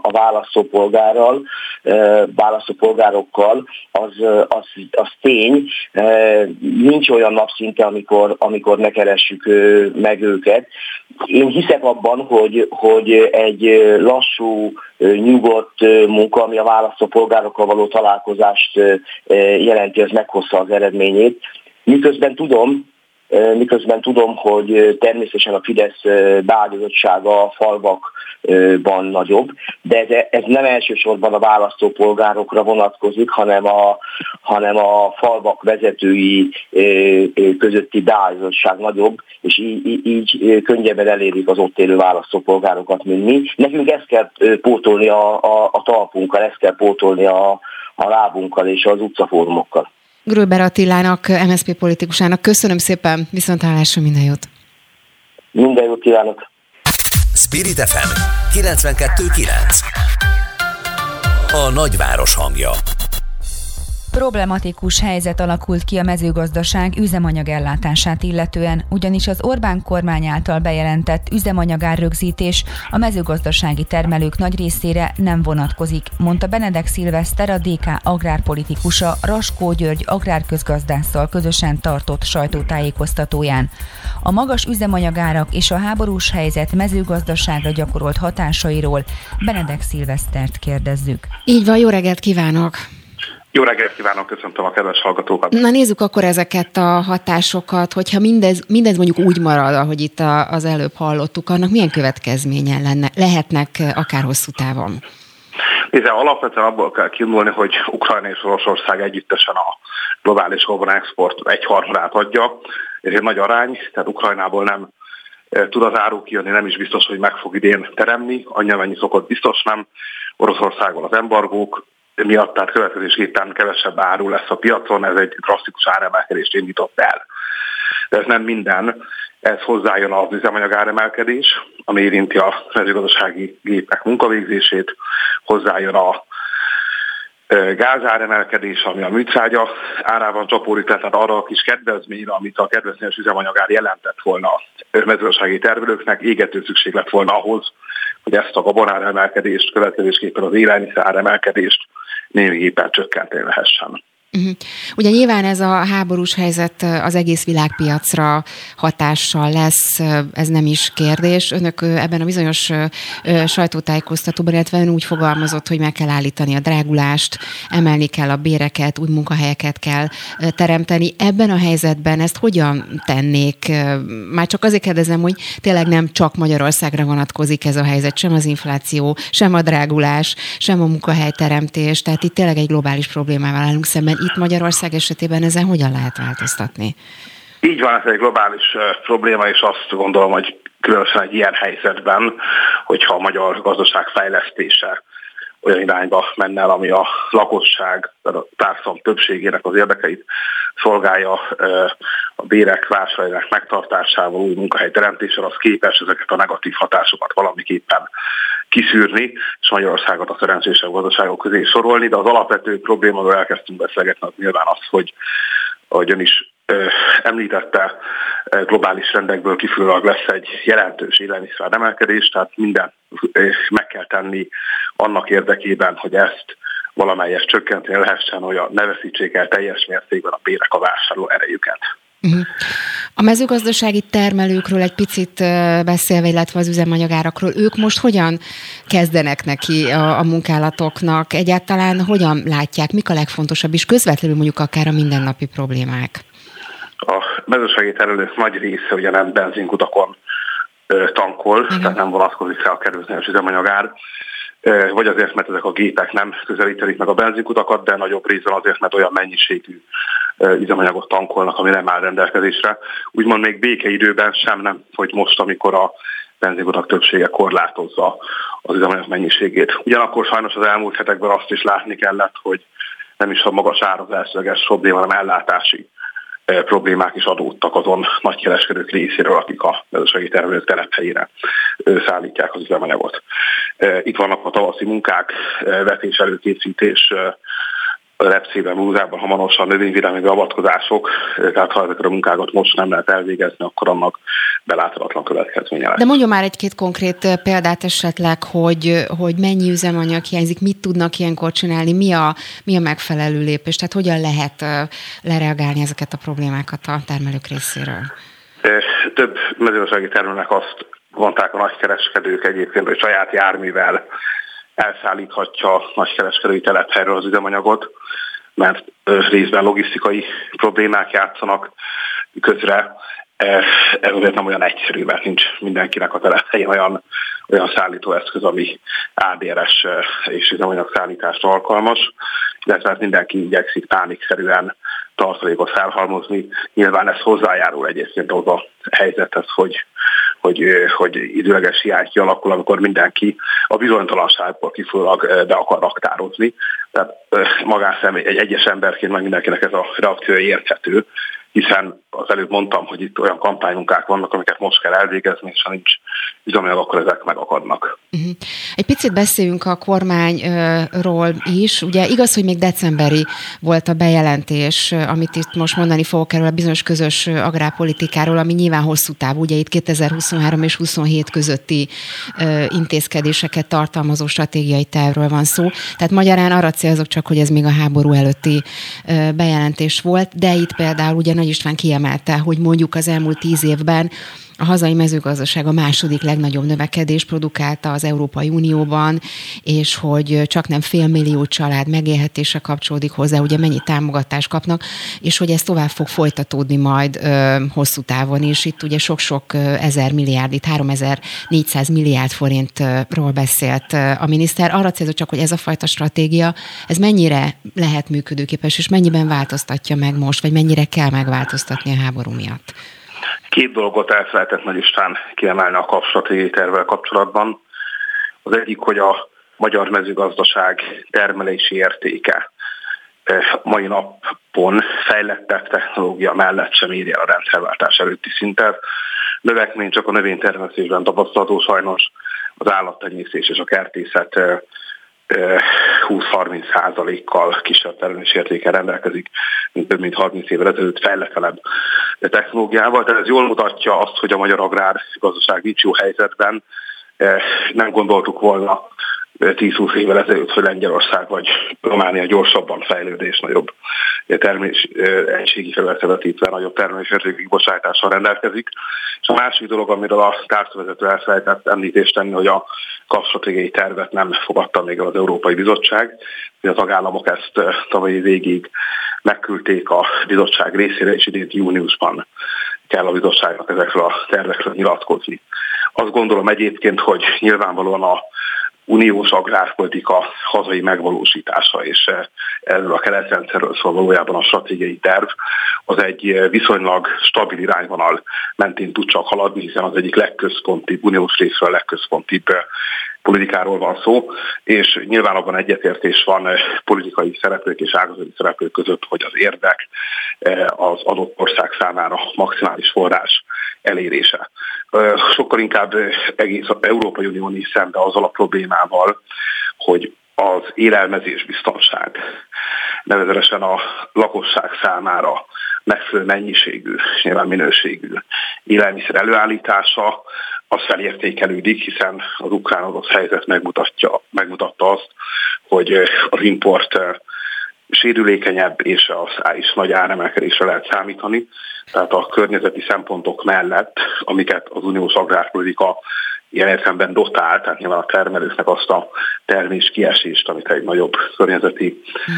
választópolgárokkal, az tény. Nincs olyan nap szinte, amikor ne keressük meg őket. Én hiszek abban, hogy egy lassú, nyugodt munka, ami a választópolgárokkal való találkozást jelenti, az meghozza az eredményét. Miközben tudom, hogy természetesen a Fidesz beágyazottsága a falvakban nagyobb, de ez nem elsősorban a választópolgárokra vonatkozik, hanem a falvak vezetői közötti beágyazottság nagyobb, és így könnyebben elérik az ott élő választópolgárokat, mint mi. Nekünk ezt kell pótolni a talpunkkal, ezt kell pótolni a lábunkkal és az utcafórumokkal. Gröber Attilának, MSZP politikusának köszönöm szépen, viszonthallásra, minden jót! Minden jót kívánok! Spirit FM 92.9. A nagyváros hangja. Problematikus helyzet alakult ki a mezőgazdaság üzemanyagellátását illetően, ugyanis az Orbán kormány által bejelentett üzemanyagárrögzítés a mezőgazdasági termelők nagy részére nem vonatkozik, mondta Benedek Szilveszter, a DK agrárpolitikusa Raskó György agrárközgazdásszal közösen tartott sajtótájékoztatóján. A magas üzemanyagárak és a háborús helyzet mezőgazdaságra gyakorolt hatásairól Benedek Szilvesztert kérdezzük. Így van, jó reggelt kívánok! Jó reggelt kívánok, köszöntöm a kedves hallgatókat. Na nézzük akkor ezeket a hatásokat, hogyha mindez mondjuk úgy marad, ahogy itt az előbb hallottuk, annak milyen következménye lehetnek akár hosszú távon? Alapvetően abból kell kiindulni, hogy Ukrajna és Oroszország együttesen a globális export 1/3 adja. Ez egy nagy arány, tehát Ukrajnából nem tud az áru kijönni, nem is biztos, hogy meg fog idén teremni, annyi amennyi szokott biztos nem. Oroszországban az embargók miatt, tehát következésképpen kevesebb áru lesz a piacon, ez egy drasztikus áremelkedést indított el. De ez nem minden, ez hozzájön az üzemanyag áremelkedés, ami érinti a mezőgazdasági gépek munkavégzését, hozzájön a gázáremelkedés, ami a műtrágya árában csapódik, tehát arra a kis kedvezményre, amit a kedvezményes üzemanyagár jelentett volna a mezőgazdasági termelőknek, égető szükség lett volna ahhoz, hogy ezt a gabonáremelkedést, következésképpen az élelmiszeráremelkedést némiképpen csökkenteni lehessen. Ugye nyilván ez a háborús helyzet az egész világpiacra hatással lesz, ez nem is kérdés. Önök ebben a bizonyos sajtótájékoztatóban, illetve ön úgy fogalmazott, hogy meg kell állítani a drágulást, emelni kell a béreket, új munkahelyeket kell teremteni. Ebben a helyzetben ezt hogyan tennék? Már csak azért kérdezem, hogy tényleg nem csak Magyarországra vonatkozik ez a helyzet, sem az infláció, sem a drágulás, sem a munkahelyteremtés, tehát itt tényleg egy globális problémával állunk szemben. Itt Magyarország esetében ezen hogyan lehet változtatni? Így van, ez egy globális probléma, és azt gondolom, hogy különösen egy ilyen helyzetben, hogyha a magyar gazdaság fejlesztése olyan irányba menne el, ami a lakosság, a társadalom többségének az érdekeit szolgálja, a bérek vásárlásának megtartásával, új munkahelyteremtéssel, az képes ezeket a negatív hatásokat valamiképpen kiszűrni, és Magyarországot a szerencsésebb gazdaságok közé sorolni, de az alapvető probléma, amiről elkezdtünk beszélgetni, az nyilván az, hogy ahogy ön is említette, globális rendekből kifolyólag lesz egy jelentős élelmiszer emelkedés, tehát mindent meg kell tenni annak érdekében, hogy ezt valamelyest csökkenteni lehessen, hogy ne veszítsék el teljes mértékben a bérek a vásárló erejüket. A mezőgazdasági termelőkről egy picit beszélve, illetve az üzemanyagárakról, ők most hogyan kezdenek neki a munkálatoknak? Egyáltalán hogyan látják, mik a legfontosabb, és közvetlenül mondjuk akár a mindennapi problémák? A mezőgazdasági termelők nagy része ugye nem benzinkutakon tankol, tehát nem vonatkozik rá a kedvezményes üzemanyagár, vagy azért, mert ezek a gépek nem közelítelik meg a benzinkutakat, de nagyobb részben azért, mert olyan mennyiségű üzemanyagot tankolnak, ami nem áll rendelkezésre. Úgymond még békeidőben sem, nem, hogy most, amikor a benzinkutak többsége korlátozza az üzemanyag mennyiségét. Ugyanakkor sajnos az elmúlt hetekben azt is látni kellett, hogy nem is a magas ár az elsőleges probléma, hanem ellátási problémák is adódtak azon nagykereskedők részéről, akik a mezőgazdasági termelők telephelyére szállítják az üzemanyagot. Itt vannak a tavaszi munkák, vetés előkészítés, Repszében, Búzában hamarosan növényvédelmi beavatkozások, tehát ha ezeket a munkákat most nem lehet elvégezni, akkor annak beláthatatlan következménye lesz. De mondjon már egy-két konkrét példát esetleg, hogy mennyi üzemanyag hiányzik, mit tudnak ilyenkor csinálni, mi a megfelelő lépés, tehát hogyan lehet lereagálni ezeket a problémákat a termelők részéről? Több mezőgazdasági termelőnek azt mondták a nagykereskedők egyébként, hogy saját járművel elszállíthatja a nagykereskedői telephelyről az üzemanyagot, mert részben logisztikai problémák játszanak közre. Ez azért nem olyan egyszerű, mert nincs mindenkinek a telephelyén olyan szállítóeszköz, ami ADR-es és üzemanyagszállításra alkalmas, illetve hát mindenki igyekszik pánikszerűen tartalékot felhalmozni. Nyilván ez hozzájárul egyébként az a helyzethez, hogy időleges hiány kialakul, amikor mindenki a bizonytalanságból kifolyólag be akar raktározni. Tehát magánszemély, egy egyes emberként meg mindenkinek ez a reakciója érthető, hiszen az előbb mondtam, hogy itt olyan kampánymunkák vannak, amiket most kell elvégezni, és ha nincs üzemanyag, akkor ezek megakadnak. Egy picit beszéljünk a kormányról is. Ugye igaz, hogy még decemberi volt a bejelentés, amit itt most mondani fogok erről a bizonyos közös agrárpolitikáról, ami nyilván hosszú távú, ugye itt 2023 és 27 közötti intézkedéseket tartalmazó stratégiai tervről van szó. Tehát magyarán arra célzok csak, hogy ez még a háború előtti bejelentés volt, de itt például ugye Nagy István kiemelte, hogy mondjuk az elmúlt 10 évben a hazai mezőgazdaság a második legnagyobb növekedést produkálta az Európai Unióban, és hogy csak nem 500 000 család megélhetése kapcsolódik hozzá, ugye mennyi támogatást kapnak, és hogy ez tovább fog folytatódni majd hosszú távon is. Itt ugye sok-sok ezer milliárd, itt 3400 milliárd forintról beszélt a miniszter. Arra célzott csak, hogy ez a fajta stratégia, ez mennyire lehet működőképes, és mennyiben változtatja meg most, vagy mennyire kell megváltoztatni a háború miatt? Két dolgot elfelejtett Nagy István kiemelni a KAP stratégiai tervvel kapcsolatban. Az egyik, hogy a magyar mezőgazdaság termelési értéke mai napon fejlettebb technológia mellett sem éri el a rendszerváltás előtti szintet. Növekmény csak a növénytermesztésben tapasztalható, sajnos az állattenyésztés és a kertészet 20-30%-kal kisebb termelési értékkel rendelkezik, mint több mint 30 évvel ezelőtt fejletlenebb technológiával. Tehát ez jól mutatja azt, hogy a magyar agrárgazdaság nincs jó helyzetben. Nem gondoltuk volna 10-20 évvel ezelőtt, hogy Lengyelország vagy Románia gyorsabban fejlődő és nagyobb egységi felületre vetítve nagyobb termelési értékű kibocsátással rendelkezik. És a másik dolog, amiről a tárcavezető elfelejtett említést tenni, hogy a KAP stratégiai tervet nem fogadta még az Európai Bizottság. A tagállamok ezt tavalyi végig megküldték a bizottság részére, és idén júniusban kell a bizottságnak ezekről a tervekről nyilatkozni. Azt gondolom egyébként, hogy nyilvánvalóan a uniós agrárpolitika hazai megvalósítása, és erről a keretrendszerről szól valójában a stratégiai terv, az egy viszonylag stabil irányvonal mentén tud csak haladni, hiszen az egyik legközpontibb, uniós részről a legközpontibb politikáról van szó, és nyilván abban egyetértés van politikai szereplők és ágazati szereplők között, hogy az érdek az adott ország számára maximális forrás elérése. Sokkal inkább egész az Európai Unió néz szembe azzal a problémával, hogy az élelmezés biztonság, nevezetesen a lakosság számára megfelelő mennyiségű és nyilván minőségű élelmiszer előállítása, az felértékelődik, hiszen az ukrán-orosz helyzet megmutatta azt, hogy az import sérülékenyebb, és is nagy áremelkedésre lehet számítani. Tehát a környezeti szempontok mellett, amiket az uniós agrárpolitika ilyen értelemben dotál, tehát nyilván a termelőknek azt a termés kiesést, amit egy nagyobb környezeti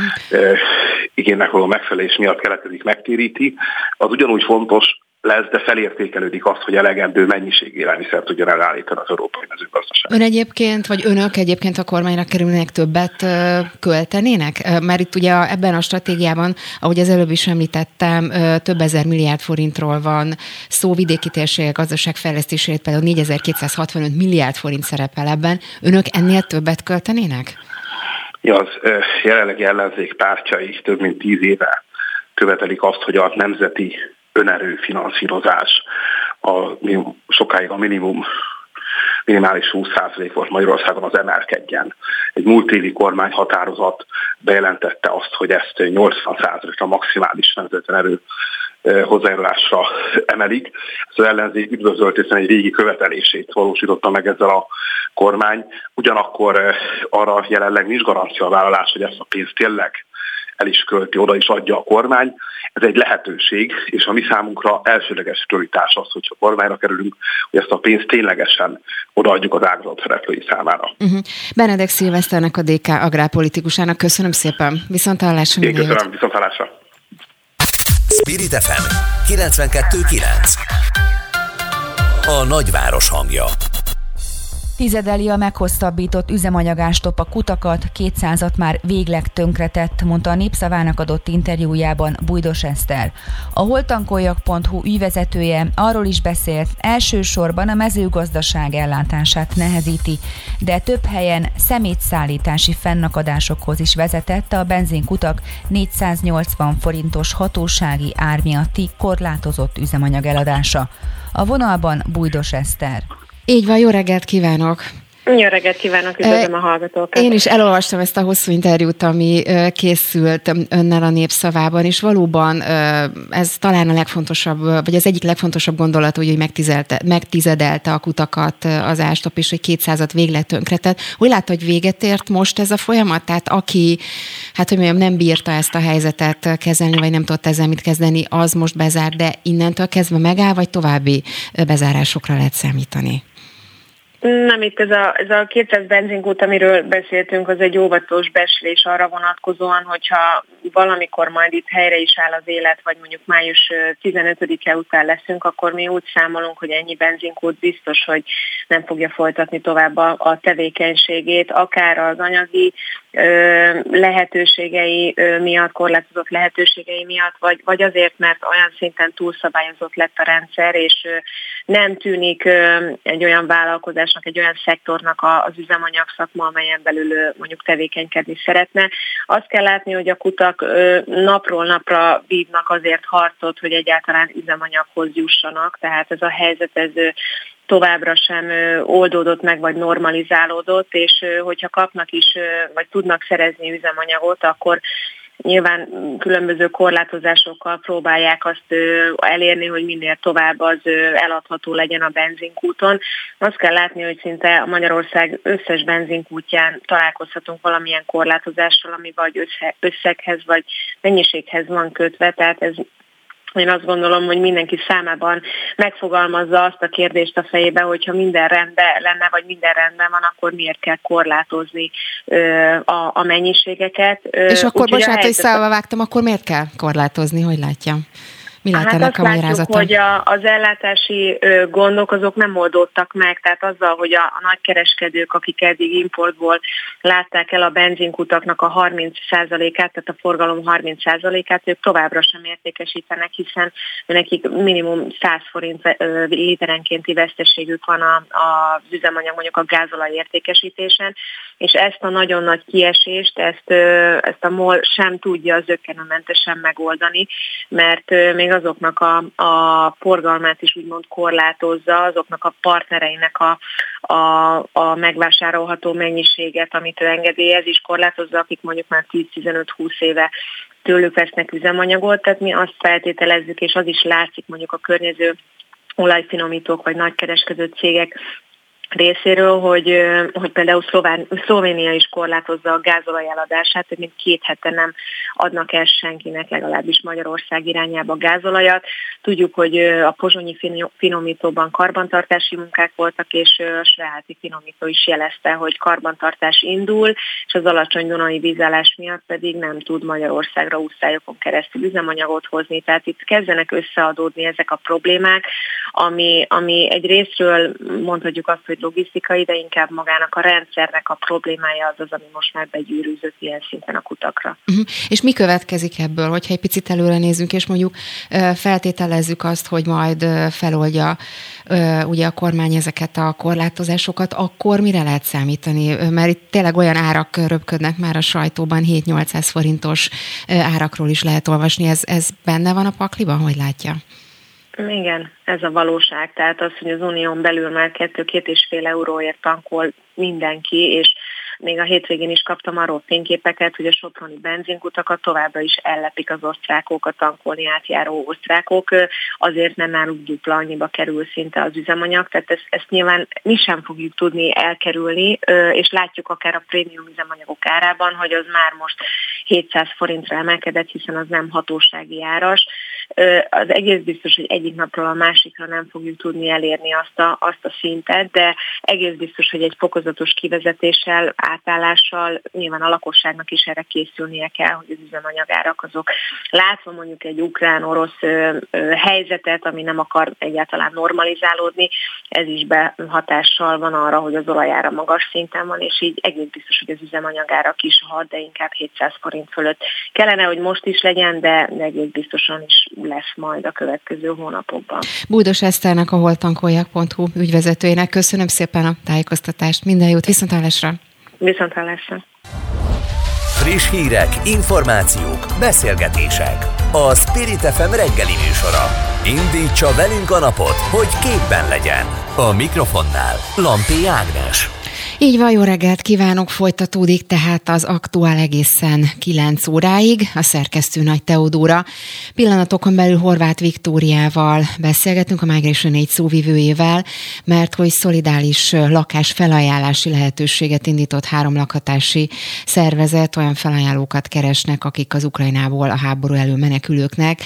igénynek való megfelelés miatt keletkezik, megtéríti, az ugyanúgy fontos lesz, de felértékelődik az, hogy elegendő mennyiség élelmiszer tudjon elállítani az európai mezőgazdaság. Ön egyébként, vagy önök egyébként a kormányra kerülnének többet költenének? Mert itt ugye ebben a stratégiában, ahogy az előbb is említettem, több ezer milliárd forintról van szó, vidéki térségek gazdaságfejlesztésére, például 4265 milliárd forint szerepel ebben. Önök ennél többet költenének? Ja, az jelenlegi ellenzék pártjai több mint 10 éve követelik azt, hogy a nemzeti önerő finanszírozás sokáig a minimum minimális 20% volt Magyarországon, az emelkedjen. Egy múlt évi kormányhatározat bejelentette azt, hogy ezt 80%-ra maximális nemzetközi erő hozzájárulásra emelik. Ezt az ellenzék üdvözölt, hiszen egy régi követelését valósította meg ezzel a kormány. Ugyanakkor arra jelenleg nincs garancia vállalás, hogy ezt a pénzt tényleg el is költi, oda is adja a kormány. Ez egy lehetőség, és a mi számunkra elsődleges prioritás az, hogyha a kormányra kerülünk, hogy ezt a pénzt ténylegesen odaadjuk az ágazat szereplői számára. Benedek Szilveszternek, a DK agrárpolitikusának köszönöm szépen. Viszonthallásra. Én köszönöm, viszonthallásra. Spirit FM 92.9. A nagyváros hangja. Tizedeli a meghosszabbított üzemanyagástop a kutakat, 200-at már végleg tönkretett, mondta a Népszavának adott interjújában Bújdos Eszter. A holtankoljak.hu ügyvezetője arról is beszélt, elsősorban a mezőgazdaság ellátását nehezíti, de több helyen szemétszállítási fennakadásokhoz is vezetett a benzinkutak 480 forintos hatósági ár miatti korlátozott üzemanyag eladása. A vonalban Bújdos Eszter. Így van, jó reggelt kívánok! Jó reggelt kívánok, üdvözlöm a hallgatókat! Én is elolvastam ezt a hosszú interjút, ami készült önnel a Népszavában, és valóban ez talán a legfontosabb, vagy az egyik legfontosabb gondolat, hogy megtizedelte a kutakat az ástop, és hogy 200-at végleg tönkretett. Úgy látta, hogy véget ért most ez a folyamat? Tehát aki, nem bírta ezt a helyzetet kezelni, vagy nem tudott ezzel mit kezdeni, az most bezár, de innentől kezdve megáll, vagy további bezárásokra lehet számítani? Nem, itt ez a 200 benzinkút, amiről beszéltünk, az egy óvatos becslés arra vonatkozóan, hogyha valamikor majd itt helyre is áll az élet, vagy mondjuk május 15-e után leszünk, akkor mi úgy számolunk, hogy ennyi benzinkút biztos, hogy nem fogja folytatni tovább a tevékenységét, akár az anyagi lehetőségei miatt, korlátozott lehetőségei miatt, vagy azért, mert olyan szinten túlszabályozott lett a rendszer, és nem tűnik egy olyan vállalkozásnak, egy olyan szektornak az üzemanyag szakma, amelyen belül mondjuk tevékenykedni szeretne. Azt kell látni, hogy a kutak napról napra vívnak azért harcot, hogy egyáltalán üzemanyaghoz jussanak, tehát ez a helyzet, ez továbbra sem oldódott meg, vagy normalizálódott, és hogyha kapnak is, vagy tudnak szerezni üzemanyagot, akkor nyilván különböző korlátozásokkal próbálják azt elérni, hogy minél tovább az eladható legyen a benzinkúton. Azt kell látni, hogy szinte a Magyarország összes benzinkútján találkozhatunk valamilyen korlátozással, ami vagy összeghez, vagy mennyiséghez van kötve, tehát ez én azt gondolom, hogy mindenki számában megfogalmazza azt a kérdést a fejébe, hogyha minden rendben lenne, vagy minden rendben van, akkor miért kell korlátozni a mennyiségeket. És akkor, bocsánat, hogy szállva vágtam, akkor miért kell korlátozni, hogy látja? Mi lehet ennek a magyarázata? Hogy az ellátási gondok azok nem oldódtak meg, tehát azzal, hogy a nagykereskedők, akik eddig importból látták el a benzinkutaknak a 30%-át, tehát a forgalom 30%-át, ők továbbra sem értékesítenek, hiszen nekik minimum 100 forint literenkénti veszteségük van az üzemanyag, mondjuk a gázolaj értékesítésen, és ezt a nagyon nagy kiesést, ezt a MOL sem tudja zökkenőmentesen megoldani, mert még azoknak a forgalmát is úgymond korlátozza, azoknak a partnereinek a megvásárolható mennyiséget, amit ő engedélyez, is korlátozza, akik mondjuk már 10-15-20 éve tőlük vesznek üzemanyagot, tehát mi azt feltételezzük, és az is látszik mondjuk a környező olajfinomítók vagy nagykereskedő cégek részéről, hogy például Szlovénia is korlátozza a gázolaj eladását, hogy mint 2 hete nem adnak el senkinek, legalábbis Magyarország irányába gázolajat. Tudjuk, hogy a pozsonyi finomítóban karbantartási munkák voltak, és a svájci finomító is jelezte, hogy karbantartás indul, és az alacsony dunai vízállás miatt pedig nem tud Magyarországra útszályokon keresztül üzemanyagot hozni. Tehát itt kezdenek összeadódni ezek a problémák, ami egy részről mondhatjuk azt, hogy logisztikai, de inkább magának a rendszernek a problémája az, ami most már begyűrűzött ilyen szinten a kutakra. És mi következik ebből, hogyha egy picit előre nézzünk, és mondjuk feltételezzük azt, hogy majd feloldja ugye a kormány ezeket a korlátozásokat, akkor mire lehet számítani? Mert itt tényleg olyan árak röpködnek már a sajtóban, 7-800 forintos árakról is lehet olvasni. Ez benne van a pakliban? Hogy látja? Igen, ez a valóság. Tehát az, hogy az unión belül már 2-2,5 euróért tankol mindenki, és még a hétvégén is kaptam arról fényképeket, hogy a soproni benzinkutakat továbbra is ellepik az osztrákok, a tankolni átjáró osztrákok, azért nem náluk dupla annyiba kerül szinte az üzemanyag, tehát ezt nyilván mi sem fogjuk tudni elkerülni, és látjuk akár a prémium üzemanyagok árában, hogy az már most 700 forintra emelkedett, hiszen az nem hatósági áras. Az egész biztos, hogy egyik napról a másikra nem fogjuk tudni elérni azt a szintet, de egész biztos, hogy egy fokozatos kivezetéssel, átállással nyilván a lakosságnak is erre készülnie kell, hogy az üzemanyagárak azok látva mondjuk egy ukrán-orosz helyzetet, ami nem akar egyáltalán normalizálódni, ez is behatással van arra, hogy az olajára magas szinten van, és így egész biztos, hogy az üzemanyagárak is de inkább 700 forint fölött kellene, hogy most is legyen, de egész biztosan is lesz majd a következő hónapokban. Bújdos Eszternek, a holtankoljak.hu ügyvezetőjének köszönöm szépen a tájékoztatást, minden jót, viszonthallásra! Viszonthallásra! Friss hírek, információk, beszélgetések. A Spirit FM reggeli műsora. Indítsa velünk a napot, hogy képben legyen. A mikrofonnál Lampi Ágnes. Így van, jó reggelt kívánok, folytatódik tehát az aktuál egészen 9 óráig. A szerkesztő Nagy Teodóra. Pillanatokon belül Horváth Viktóriával beszélgetünk, a Migration 4 szóvivőjével, mert hogy szolidáris lakás felajánlási lehetőséget indított 3 lakhatási szervezet, olyan felajánlókat keresnek, akik az Ukrajnából a háború elől menekülőknek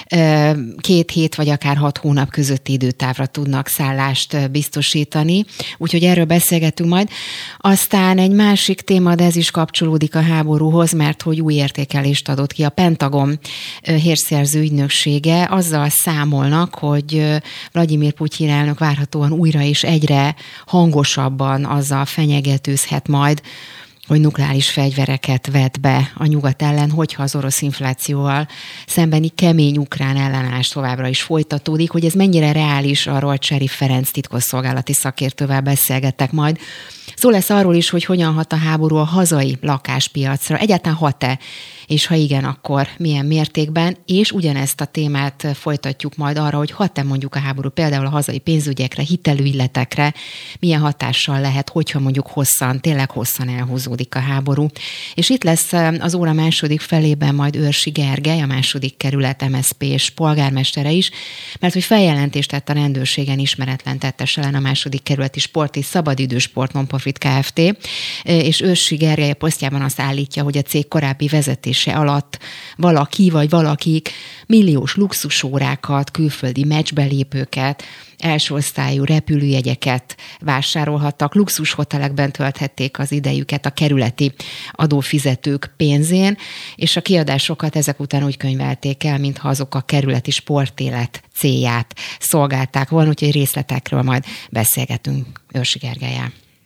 2 hét vagy akár 6 hónap közötti időtávra tudnak szállást biztosítani. Úgyhogy erről beszélgetünk majd. Aztán egy másik téma, de ez is kapcsolódik a háborúhoz, mert hogy új értékelést adott ki a Pentagon hírszerző ügynöksége. Azzal számolnak, hogy Vladimir Putyin elnök várhatóan újra és egyre hangosabban azzal fenyegetőzhet majd, hogy nukleáris fegyvereket vet be a nyugat ellen, hogyha az orosz inflációval szembeni kemény ukrán ellenállás továbbra is folytatódik. Hogy ez mennyire reális, arról Cserif Ferenc titkosszolgálati szakértővel beszélgettek majd. Szó lesz arról is, hogy hogyan hat a háború a hazai lakáspiacra. Egyáltalán hat-e? És ha igen, akkor milyen mértékben? És ugyanezt a témát folytatjuk majd arra, hogy hat-e mondjuk a háború például a hazai pénzügyekre, hitelügyletekre, milyen hatással lehet, hogyha mondjuk tényleg hosszan elhúzódik a háború. És itt lesz az óra második felében majd Őrsi Gergely, a második kerület MSZP-s polgármestere is, mert hogy feljelentést tett a rendőrségen ismeretlen tettes ellen a második kerületi sport és szabadidősport non-profit Kft. És Őrsi Gergely a posztjában azt állítja, hogy a cég korábbi vezetése alatt valaki vagy valakik milliós luxusórákat, külföldi meccsbelépőket, első osztályú repülőjegyeket vásárolhattak, luxushotelekben tölthették az idejüket a kerületi adófizetők pénzén, és a kiadásokat ezek után úgy könyvelték el, mintha azok a kerületi sportélet célját szolgálták volna, úgyhogy részletekről majd beszélgetünk Őrsi Gergellyel.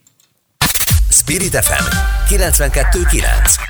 Spirit FM 92.9.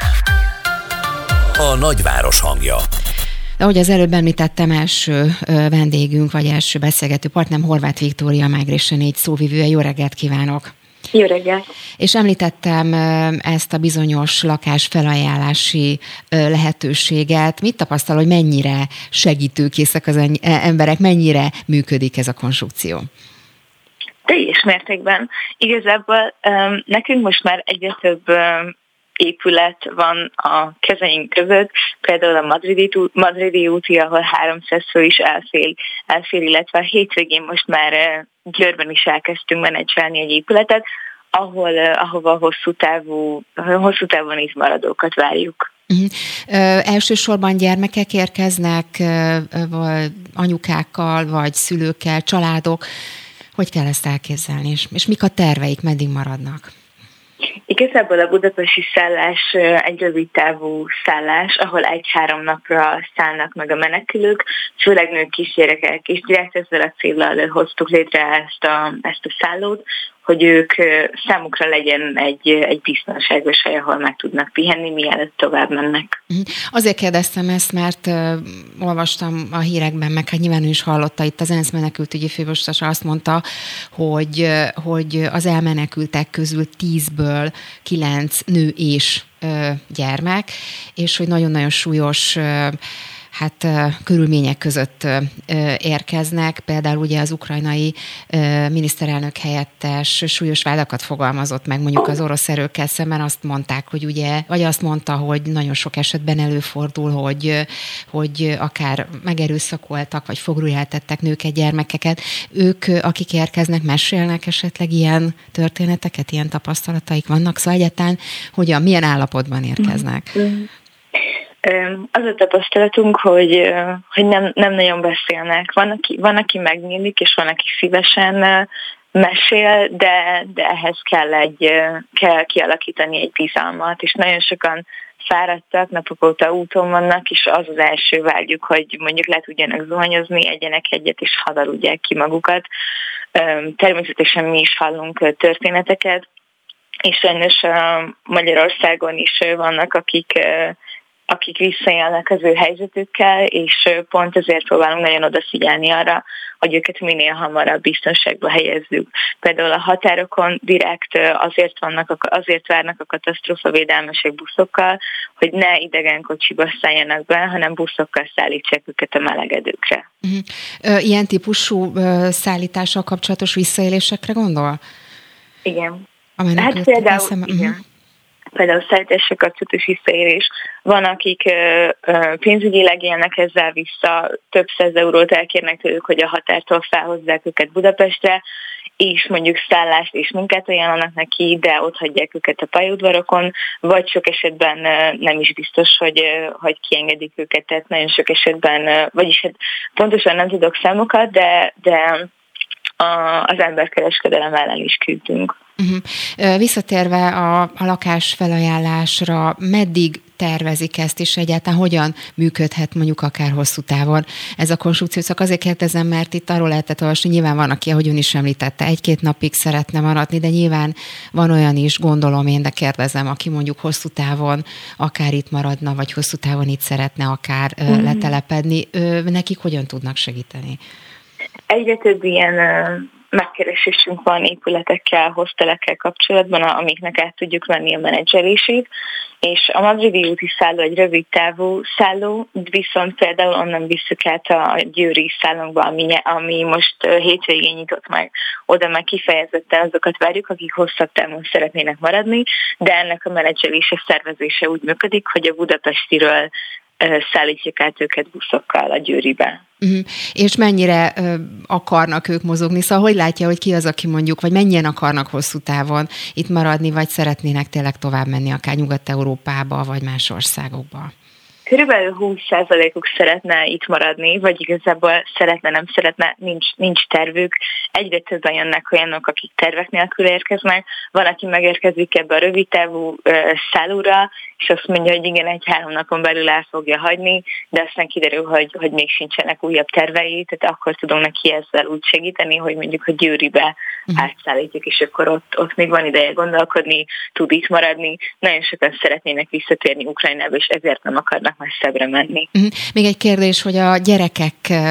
A nagyváros hangja. De ahogy az előbb említettem, első vendégünk, vagy első beszélgető partnerem Horváth Viktória, a Migration 4 szóvivője. Jó reggelt kívánok! Jó reggelt! És említettem ezt a bizonyos lakás felajánlási lehetőséget. Mit tapasztal, hogy mennyire segítőkészek az emberek, mennyire működik ez a konstrukció? Teljes mértékben. Igazából nekünk most már egyre több épület van a kezeink között, például a Madridi úti, ahol 300 fő is elfér, illetve a hétvégén most már Győrben is elkezdtünk menedzselni egy épületet, ahova hosszú távon itt maradókat várjuk. Elsősorban gyermekek érkeznek, vagy anyukákkal, vagy szülőkkel, családok. Hogy kell ezt elképzelni, és mik a terveik, meddig maradnak? Igazából a budapesti szállás egy rövid távú szállás, ahol 1-3 napra szállnak meg a menekülők, főleg nők, kisgyerekek, és direkt ezzel a céllal hoztuk létre ezt a szállót, hogy ők számukra legyen egy biztonságos hely, ahol meg tudnak pihenni, mielőtt tovább mennek. Azért kérdeztem ezt, mert olvastam a hírekben, meg hát nyilván ő is hallotta, itt az ENSZ menekültügyi főbiztosa azt mondta, hogy az elmenekültek közül 10-ből 9 nő és gyermek, és hogy nagyon-nagyon súlyos körülmények között érkeznek. Például ugye az ukrajnai miniszterelnök helyettes súlyos vádakat fogalmazott meg mondjuk az orosz erőkkel szemben, azt mondták, hogy ugye, vagy azt mondta, hogy nagyon sok esetben előfordul, hogy akár megerőszakoltak, vagy fogruljáltettek nőket, gyermekeket. Ők, akik érkeznek, mesélnek esetleg ilyen történeteket, ilyen tapasztalataik vannak? Szóval egyáltalán milyen állapotban érkeznek? Az a tapasztalatunk, hogy nem nagyon beszélnek. Van, aki megnyílik, és van, aki szívesen mesél, de ehhez kell kialakítani egy bizalmat, és nagyon sokan fáradtak, napok óta úton vannak, és az az első vágyuk, hogy mondjuk le tudjanak zuhanyozni, egyenek egyet, és hadd aludják ki magukat. Természetesen mi is hallunk történeteket, és sajnos Magyarországon is vannak, akik visszaélnek az ő helyzetükkel, és pont ezért próbálunk nagyon odafigyelni arra, hogy őket minél hamarabb biztonságba helyezzük. Például a határokon direkt azért várnak a katasztrófavédelmesek buszokkal, hogy ne idegen kocsiba szálljanak be, hanem buszokkal szállítsák őket a melegedőkre. Ilyen típusú szállítással kapcsolatos visszaélésekre gondol? Igen. Például szállítással kapcsolatos visszaérés. Van, akik pénzügyileg élnek ezzel vissza, több 100 eurót elkérnek tőlük, hogy a határtól felhozzák őket Budapestre, és mondjuk szállást és munkát ajánlanak neki, de ott hagyják őket a pályaudvarokon, vagy sok esetben nem is biztos, hogy kiengedik őket, tehát nagyon sok esetben, vagyis pontosan nem tudok számokat, de az emberkereskedelem ellen is küzdünk. Visszatérve a lakásfelajánlásra, meddig tervezik ezt, és egyáltalán hogyan működhet mondjuk akár hosszú távon ez a konstrukció? Csak azért kérdezem, mert itt arról lehetett olvasni, nyilván van, aki, ahogy ön is említette, 1-2 napig szeretne maradni, de nyilván van olyan is, gondolom én, de kérdezem, aki mondjuk hosszú távon akár itt maradna, vagy hosszú távon itt szeretne akár letelepedni, nekik hogyan tudnak segíteni? Egyre több ilyen megkeresésünk van épületekkel, hostelekkel kapcsolatban, amiknek át tudjuk venni a menedzselését, és a madridi úti szálló egy rövid távú szálló, viszont például onnan visszük át a győri szállónkba, ami most hétvégén nyitott meg. Oda már kifejezetten azokat várjuk, akik hosszabb távon szeretnének maradni, de ennek a menedzselése, szervezése úgy működik, hogy a budapestiről szállítjuk át őket buszokkal a Győribe. És mennyire akarnak ők mozogni? Szóval hogy látja, hogy ki az, aki mondjuk, vagy mennyien akarnak hosszú távon itt maradni, vagy szeretnének tényleg tovább menni akár Nyugat-Európába, vagy más országokba? Körülbelül 20%-uk szeretne itt maradni, vagy igazából szeretne, nem szeretne, nincs tervük. Egyre többen jönnek olyanok, akik tervek nélkül érkeznek. Van, aki megérkezik ebbe a rövidtávú szállóra, és azt mondja, hogy igen, 1-3 napon belül el fogja hagyni, de aztán kiderül, hogy még sincsenek újabb tervei, tehát akkor tudunk neki ezzel úgy segíteni, hogy mondjuk a Győribe átszállítjuk, és akkor ott még van ideje gondolkodni, tud itt maradni. Nagyon sokan szeretnének visszatérni Ukrajnába, és ezért nem akarnak messzebbre menni. Még egy kérdés, hogy a gyerekek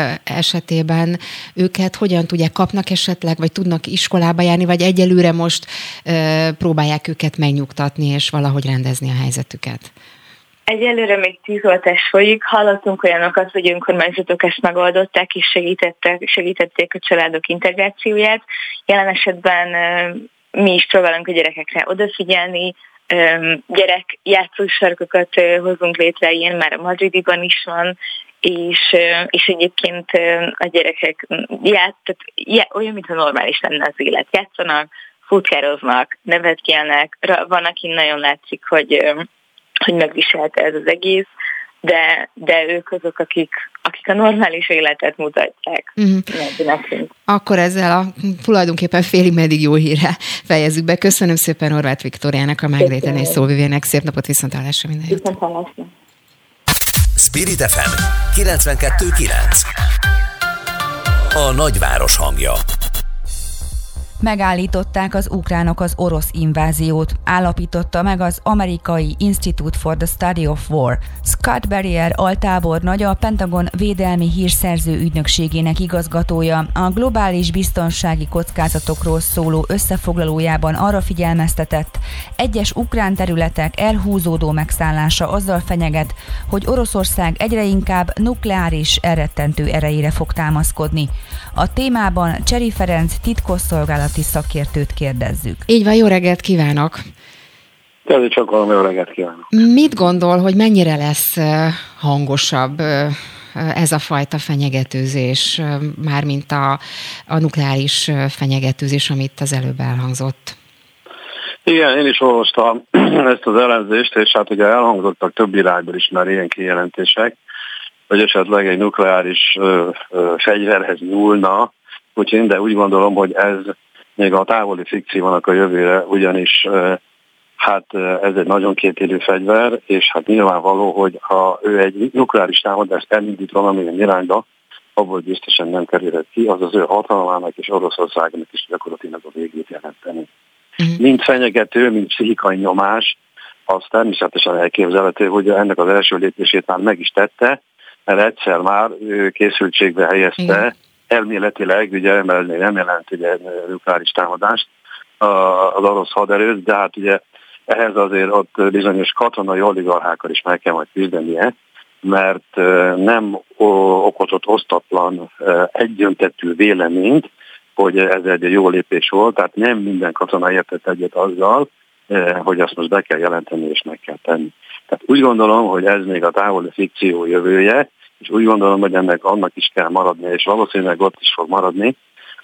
esetében őket hogyan tudják, kapnak esetleg, vagy tudnak iskolába járni, vagy egyelőre most próbálják őket megnyugtatni, és valahogy rendezni a helyzetüket? Egyelőre még tűzoltás folyik. Hallottunk olyanokat, hogy önkormányzatok ezt megoldották, és segítették a családok integrációját. Jelen esetben mi is próbálunk a gyerekekre odafigyelni, gyerekjátszósarkokat hozunk létre, ilyen már a Madridiban is van, és egyébként a gyerekek olyan, mintha normális lenne az élet. Játszanak, futkároznak, nevetgélnek, van, aki nagyon látszik, hogy megviselte ez az egész, de ők azok, akik a normális életet mutatják. Nekünk. Akkor ezzel a tulajdonképpen félig meddig jó hírre fejezzük be. Köszönöm szépen Horváth Viktóriának, a Mágréten és Szóvivének. Szép napot, viszonthallásra, minden jót. Viszonthallásra. Spirit FM 92.9. A nagyváros hangja. Megállították az ukránok az orosz inváziót, állapította meg az amerikai Institute for the Study of War. Scott Berrier altábornagy, a Pentagon védelmi hírszerző ügynökségének igazgatója a globális biztonsági kockázatokról szóló összefoglalójában arra figyelmeztetett, egyes ukrán területek elhúzódó megszállása azzal fenyeget, hogy Oroszország egyre inkább nukleáris elrettentő erejére fog támaszkodni. A témában Cseri Ferenc titkosszolgálati szakértőt kérdezzük. Így van, jó reggelt kívánok! Kezdjük csak valami, jó reggelt kívánok! Mit gondol, hogy mennyire lesz hangosabb ez a fajta fenyegetőzés, mármint a nukleáris fenyegetőzés, amit az előbb elhangzott? Igen, én is olvastam ezt az elemzést, és hát ugye elhangzottak több irányból is már ilyen kijelentések, hogy esetleg egy nukleáris fegyverhez nyúlna Putyin, de úgy gondolom, hogy ez még a távoli fikciónak a jövőre, ugyanis hát ez egy nagyon kétélű fegyver, és hát nyilvánvaló, hogy ha ő egy nukleáris támadást elindít valamilyen irányba, abból biztosan nem kerülhet ki, az az ő hatalmának és Oroszországnak is gyakorlatilag a végét jelenteni. Mind fenyegető, mind pszichikai nyomás, az természetesen elképzelhető, hogy ennek az első lépését már meg is tette, mert egyszer már készültségbe helyezte, elméletileg, ugye, mert nem jelent ugye nukleáris támadást az orosz haderőt, de hát ugye ehhez azért ott bizonyos katonai oligarchákkal is meg kell majd küzdenie, mert nem okozott osztatlan egyöntetű véleményt, hogy ez egy jó lépés volt, tehát nem minden katona értett egyet azzal, hogy azt most be kell jelenteni és meg kell tenni. Tehát úgy gondolom, hogy ez még a távoli fikció jövője, és úgy gondolom, hogy ennek annak is kell maradni, és valószínűleg ott is fog maradni.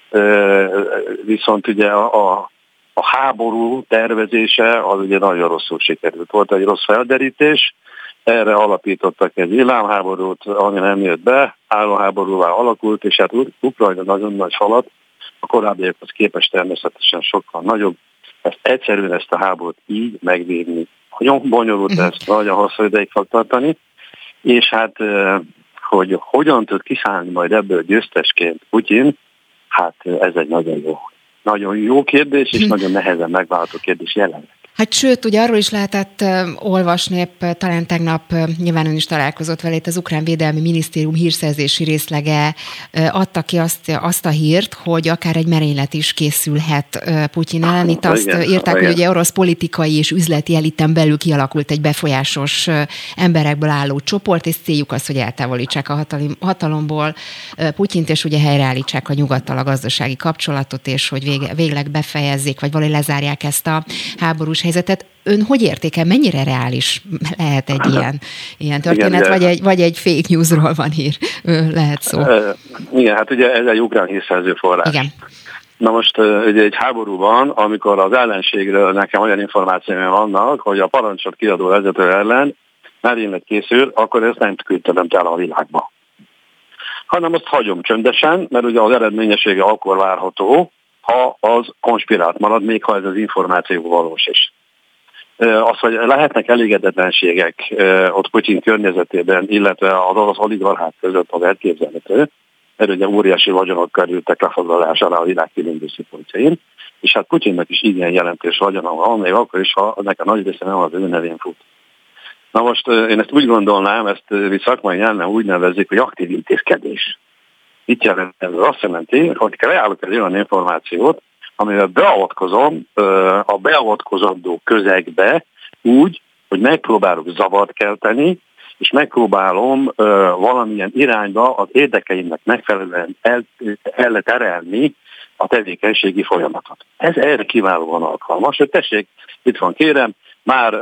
Viszont ugye a háború tervezése az ugye nagyon rosszul sikerült. Volt egy rossz felderítés, erre alapítottak egy villámháborút, ami nem jött be, állóháborúvá alakult, és hát Ukrajna nagyon nagy falat, a korábbiakhoz képest természetesen sokkal nagyobb. Ezt a háborút így megvívni nagyon bonyolult, ezt nagyon hosszú ideig fog tartani, és hát hogy hogyan tud kiszállni majd ebből győztesként Putyin, hát ez egy nagyon jó kérdés, és nagyon nehezen megváltó kérdés jelenleg. Hát sőt, ugye arról is lehetett olvasni, talán tegnap nyilván ön is találkozott vele, itt az Ukrán Védelmi Minisztérium hírszerzési részlege adta ki azt a hírt, hogy akár egy merénylet is készülhet Putyin ellen. Itt azt írták, hogy ugye orosz politikai és üzleti eliten belül kialakult egy befolyásos emberekből álló csoport, és céljuk az, hogy eltávolítsák a hatalomból Putyint, és ugye helyreállítsák a nyugattal a gazdasági kapcsolatot, és hogy végleg befejezzék, vagy valahogy lezárják ezt a háborús helyzetet. Ön hogy értékel, mennyire reális lehet egy ilyen történet, igen, vagy egy fake newsról van lehet szó? Igen, hát ugye ez egy ukrán hírszerző forrás. Igen. Na most ugye egy háborúban, amikor az ellenségről nekem olyan információim vannak, hogy a parancsot kiadó vezető ellen merénylet készül, akkor ezt nem küldtem el a világba. Hanem azt hagyom csöndesen, mert ugye az eredményessége akkor várható, ha az konspirált marad, még ha ez az információ valós is. Az, hogy lehetnek elégedetlenségek ott Putyin környezetében, illetve az orosz oligarchák között, az elképzelhető, mert ugye óriási vagyonok kerültek lefoglalására a világ különböző pontjain, és hát Putyinnak is igen jelentős vagyona van, még akkor is, ha ennek a nagy része nem az ő nevén fut. Na most én ezt úgy gondolnám, ezt szakmai nyelven úgy nevezik, hogy aktív intézkedés. Itt jelent ez azt jelenti, hogy kreálok egy olyan információt, amivel beavatkozom a beavatkozandó közegbe úgy, hogy megpróbálok zavart kelteni, és megpróbálom valamilyen irányba az érdekeimnek megfelelően elterelni a tevékenységi folyamatot. Ez erre kiválóan alkalmas, hogy tessék, itt van kérem, már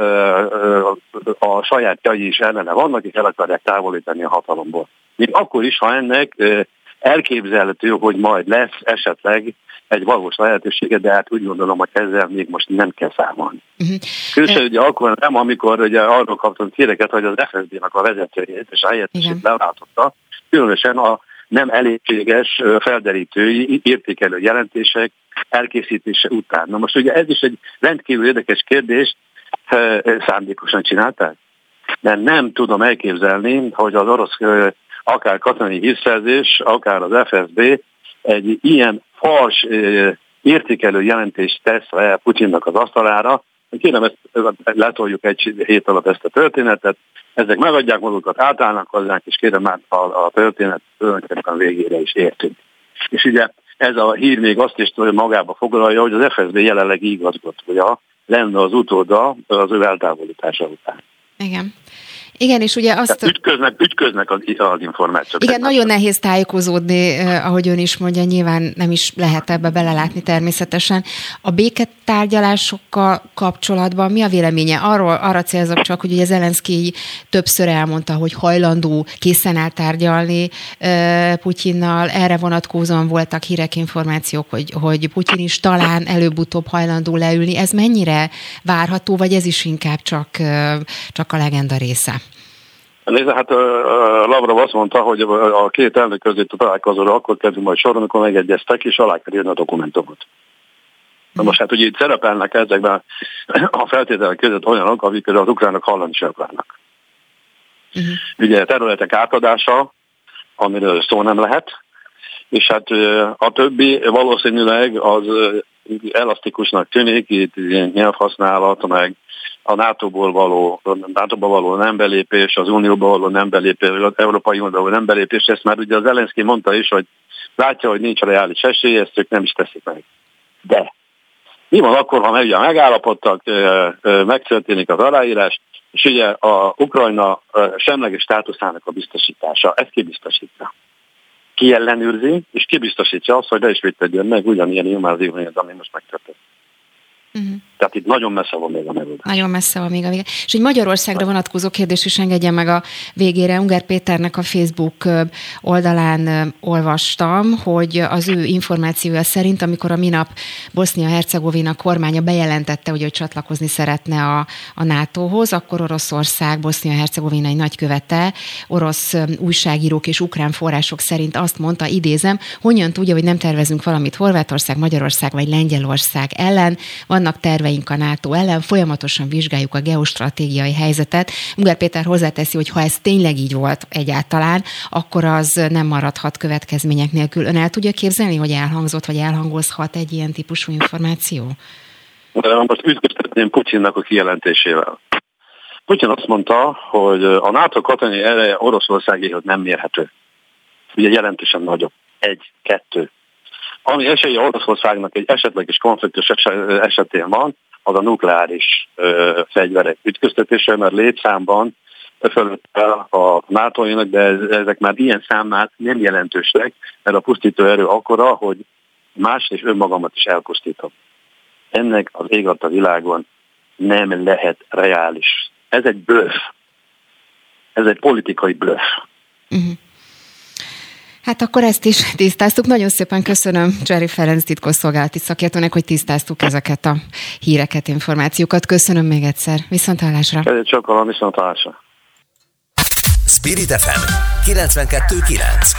a sajátjai is ellene vannak, és el akarják távolítani a hatalomból. Még akkor is, ha ennek elképzelhető, hogy majd lesz esetleg egy valós lehetősége, de hát úgy gondolom, hogy ezzel még most nem kell számolni. Különösen ugye akkor nem, amikor ugye arról kaptam híreket, hogy az FSB-nak a vezetőjét és a helyettesét lelátotta, különösen a nem elégséges felderítői értékelő jelentések elkészítése után. Na most ugye ez is egy rendkívül érdekes kérdés, szándékosan csinálták? De nem tudom elképzelni, hogy az orosz akár katonai hírszerzés, akár az FSB egy ilyen fals értékelő jelentést tesz le Putyinnak az asztalára, kérem, ezt letoljuk egy hét alatt ezt a történetet, ezek megadják magukat, átállnak hozzánk, és kérem már a történet tulajdonképpen végére is értünk. És ugye ez a hír még azt is magába foglalja, hogy az FSB jelenlegi igazgatója lenne az utóda az ő eltávolítása után. Igen. Igen, és ugye azt... Ütköznek az információk. Igen, nagyon nehéz tájékozódni, ahogy ön is mondja, nyilván nem is lehet ebbe belelátni természetesen. A béketárgyalásokkal kapcsolatban mi a véleménye? Arra célzok csak, hogy ugye Zelenszkij többször elmondta, hogy hajlandó, készen áll tárgyalni Putyinnal. Erre vonatkozóan voltak hírek, információk, hogy Putyin is talán előbb-utóbb hajlandó leülni. Ez mennyire várható, vagy ez is inkább csak a legenda része? Nézd, hát Lavrov azt mondta, hogy a két elnök között a találkozóra akkor kezdünk majd sor, amikor megegyeztek, és alá kell írni a dokumentumot. Na most hát ugye itt szerepelnek ezekben a feltételek között olyanok, amikről az ukránok hallani sem várnak. Ugye területek átadása, amiről szó nem lehet, és hát a többi valószínűleg az elasztikusnak tűnik, itt nyelvhasználat, meg a NATO-ból való nem belépés, az Unióba való nem belépés, az Európai Unióba való nem belépés, ezt már ugye az Zelenszkij mondta is, hogy látja, hogy nincs reális esély, ezt ők nem is teszik meg. De mi van akkor, ha ugye megállapodtak, megtörténik az aláírás, és ugye a Ukrajna semleges státuszának a biztosítása, ezt ki biztosítja? Ki ellenőrzi, és ki biztosítja azt, hogy ne ismétlődjön meg ugyanilyen invázió, ami most megtörtént. Tehát itt nagyon messze van még a megoldás. Nagyon messze van még a vége. És egy Magyarországra vonatkozó kérdés is engedjen meg a végére. Ungár Péternek a Facebook oldalán olvastam, hogy az ő információja szerint, amikor a minap Bosznia-Hercegovina kormánya bejelentette, hogy ő csatlakozni szeretne a NATO-hoz, akkor Oroszország bosznia-hercegovinai nagykövete, orosz újságírók és ukrán források szerint azt mondta, idézem, honnan tudja, hogy nem tervezünk valamit Horvátország, Magyarország vagy Lengyelország ellen, vannak terveink a NATO ellen, folyamatosan vizsgáljuk a geostratégiai helyzetet. Ungár Péter hozzáteszi, hogy ha ez tényleg így volt egyáltalán, akkor az nem maradhat következmények nélkül. Ön el tudja képzelni, hogy elhangzott vagy elhangozhat egy ilyen típusú információ? Most ütköztetném Putyinnak a kijelentésével. Putyin azt mondta, hogy a NATO katonai ereje Oroszországéhoz nem mérhető. Ugye jelentősen nagyobb. 1, 2. Ami esélye Oroszországnak egy esetleges konfliktus esetén van, az a nukleáris fegyverek ütköztetése, mert létszámban fölött a NATO-inak, de ezek már ilyen számát nem jelentősek, mert a pusztító erő akkora, hogy más és önmagamat is elpusztítom. Ennek az ég a világon nem lehet reális. Ez egy blöff. Ez egy politikai blöff. Hát akkor ezt is tisztáztuk. Nagyon szépen köszönöm Csery Ferenc titkosszolgálati szakértőnek, hogy tisztáztuk ezeket a híreket, információkat. Köszönöm még egyszer. Viszonthallásra. Csak a viszonthallásra. Spirit FM 92.9.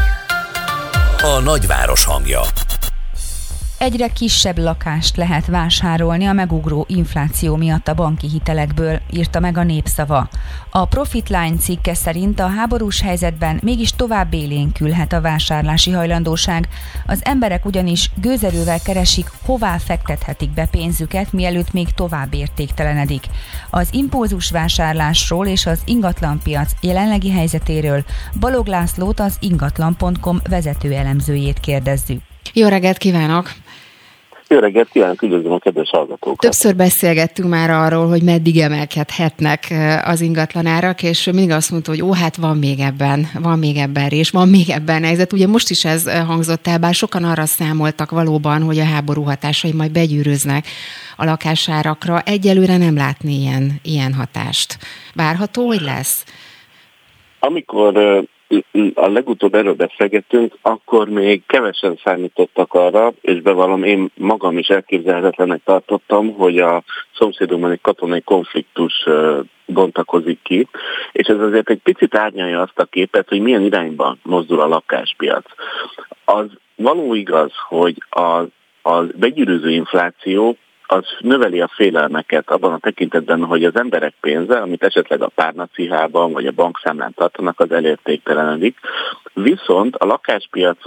A nagyváros hangja. Egyre kisebb lakást lehet vásárolni a megugró infláció miatt a banki hitelekből, írta meg a Népszava. A Profitline cikke szerint a háborús helyzetben mégis tovább élénkülhet a vásárlási hajlandóság. Az emberek ugyanis gőzerővel keresik, hová fektethetik be pénzüket, mielőtt még tovább értéktelenedik. Az impulzus vásárlásról és az ingatlanpiac jelenlegi helyzetéről Balog Lászlót, az ingatlan.com vezető elemzőjét kérdezzük. Jó reggelt kívánok! Jó reggelt kívánok, üdvözlöm a kedves hallgatókat! Többször beszélgettünk már arról, hogy meddig emelkedhetnek az ingatlanárak, és mindig azt mondta, hogy hát van még ebben rés, van még ebben helyzet. Ugye most is ez hangzott el, bár sokan arra számoltak valóban, hogy a háború hatásai majd begyűrűznek a lakásárakra. Egyelőre nem látni ilyen hatást. Várható, hogy lesz? Amikor a legutóbb erről beszélgettünk, akkor még kevesen számítottak arra, és bevallom, én magam is elképzelhetetlenek tartottam, hogy a szomszédunkban egy katonai konfliktus bontakozik ki, és ez azért egy picit árnyalja azt a képet, hogy milyen irányban mozdul a lakáspiac. Az való igaz, hogy a begyűrűző infláció az növeli a félelmeket abban a tekintetben, hogy az emberek pénze, amit esetleg a párnacihában vagy a bankszámlán tartanak, az elértéktelenedik. Viszont a lakáspiacot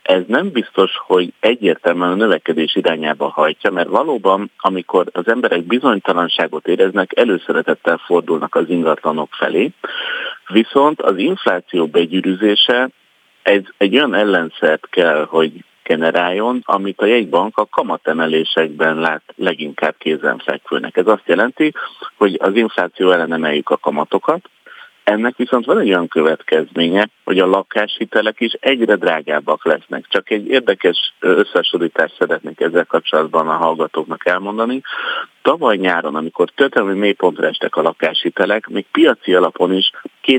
ez nem biztos, hogy egyértelműen a növekedés irányába hajtja, mert valóban, amikor az emberek bizonytalanságot éreznek, előszeretettel fordulnak az ingatlanok felé, viszont az infláció begyűrűzése egy olyan ellenszert kell, hogy generáljon, amit a jegybank a kamatemelésekben lát leginkább kézenfekvőnek. Ez azt jelenti, hogy az infláció ellen emeljük a kamatokat, ennek viszont van egy olyan következménye, hogy a lakáshitelek is egyre drágábbak lesznek. Csak egy érdekes összehasonlítást szeretnék ezzel kapcsolatban a hallgatóknak elmondani. Tavaly nyáron, amikor történelmi mélypontra estek a lakáshitelek, még piaci alapon is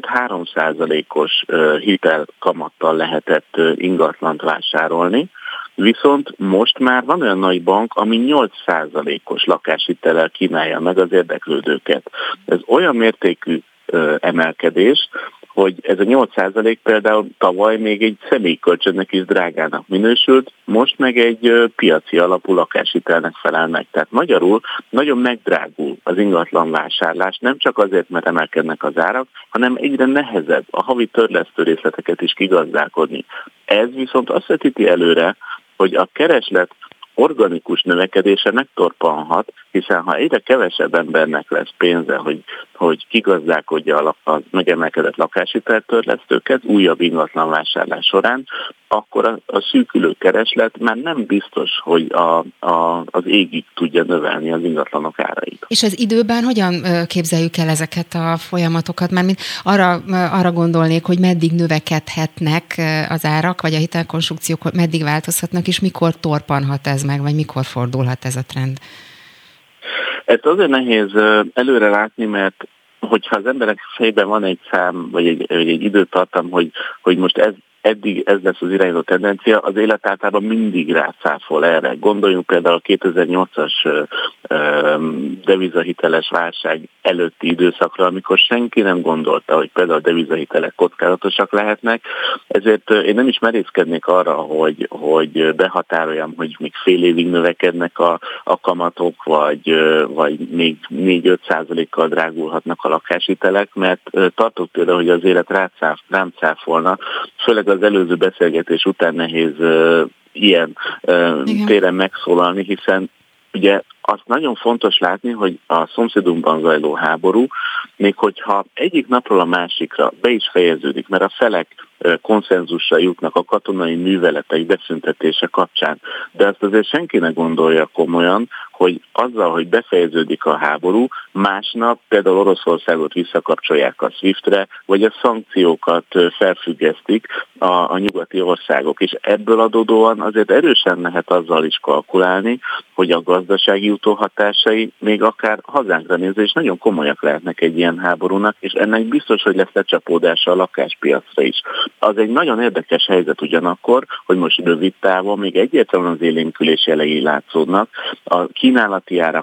2-3%-os hitelkamattal lehetett ingatlant vásárolni, viszont most már van olyan nagy bank, ami 8%-os lakáshitellel kínálja meg az érdeklődőket. Ez olyan mértékű emelkedés, hogy ez a 8% például tavaly még egy személykölcsönnek is drágának minősült, most meg egy piaci alapú lakáshitelnek felel meg. Tehát magyarul nagyon megdrágul az ingatlan vásárlás, nem csak azért, mert emelkednek az árak, hanem egyre nehezebb a havi törlesztő részleteket is kigazdálkodni. Ez viszont azt vetíti előre, hogy a kereslet organikus növekedése megtorpanhat, hiszen ha egyre kevesebb embernek lesz pénze, hogy kigazdálkodja a megemelkedett lakáshiteltörlesztőket újabb ingatlanvásárlás során, akkor a szűkülő kereslet már nem biztos, hogy az égig tudja növelni az ingatlanok árait. És az időben hogyan képzeljük el ezeket a folyamatokat? Mármint arra gondolnék, hogy meddig növekedhetnek az árak, vagy a hitelkonstrukciók meddig változhatnak, és mikor torpanhat ez meg, vagy mikor fordulhat ez a trend? Ezt azért nehéz előre látni, mert hogyha az emberek fejében van egy szám, vagy egy időtartam, hogy most eddig ez lesz az irányzó tendencia, az élet általában mindig rácáfol erre. Gondoljunk például a 2008-as devizahiteles válság előtti időszakra, amikor senki nem gondolta, hogy például a devizahitelek kockázatosak lehetnek, ezért én nem is merészkednék arra, hogy behatároljam, hogy még fél évig növekednek a kamatok, vagy még 4-5%-kal drágulhatnak a lakáshitelek, mert tartok tőle, hogy az élet rám cáfolna, főleg az előző beszélgetés után nehéz ilyen téren megszólalni, hiszen ugye azt nagyon fontos látni, hogy a szomszédunkban zajló háború, még hogyha egyik napról a másikra be is fejeződik, mert a felek konszenzusra jutnak a katonai műveletek beszüntetése kapcsán, de azt azért senki ne gondolja komolyan, hogy azzal, hogy befejeződik a háború, másnap például Oroszországot visszakapcsolják a SWIFT-re, vagy a szankciókat felfüggesztik a nyugati országok. És ebből adódóan azért erősen lehet azzal is kalkulálni, hogy a gazdasági utóhatásai még akár hazánkra nézve is nagyon komolyak lehetnek egy ilyen háborúnak, és ennek biztos, hogy lesz lecsapódása a lakáspiacra is. Az egy nagyon érdekes helyzet ugyanakkor, hogy most rövid távon még egyértelműen az élénkülés jelei látszódnak. A kínálati árak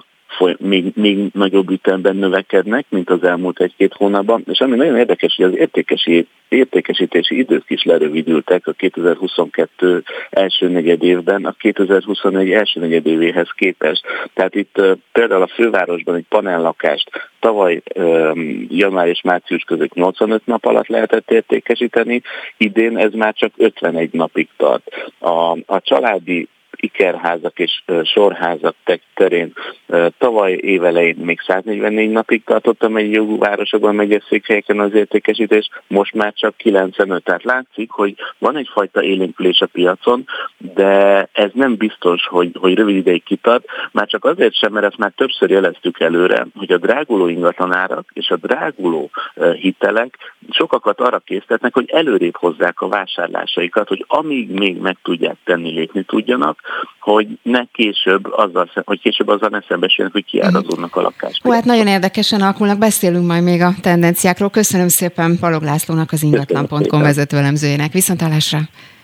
még nagyobb ütemben növekednek, mint az elmúlt 1-2 hónapban, és ami nagyon érdekes, hogy az értékesítési idők is lerövidültek a 2022 első negyedévben a 2021 első negyedévéhez képest. Tehát itt például a fővárosban egy panellakást tavaly január és március között 85 nap alatt lehetett értékesíteni, idén ez már csak 51 napig tart. A családi ikerházak és sorházak terén tavaly évelején még 144 napig tartott a megyei jogú városokban, megyeszékhelyeken az értékesítés, most már csak 95. Tehát látszik, hogy van egyfajta élénkülés a piacon, de ez nem biztos, hogy rövid ideig kitart, már csak azért sem, mert ezt már többször jeleztük előre, hogy a dráguló ingatlanárak és a dráguló hitelek sokakat arra késztetnek, hogy előrébb hozzák a vásárlásaikat, hogy amíg még meg tudják tenni, lépni tudjanak, hogy később azzal ne szembesüljenek, hogy kiárazódnak a lakáspiacon. Hát nagyon érdekesen alakulnak, beszélünk majd még a tendenciákról. Köszönöm szépen Balogh Lászlónak, az ingatlan.com vezetőelemzőjének. Viszontlátásra!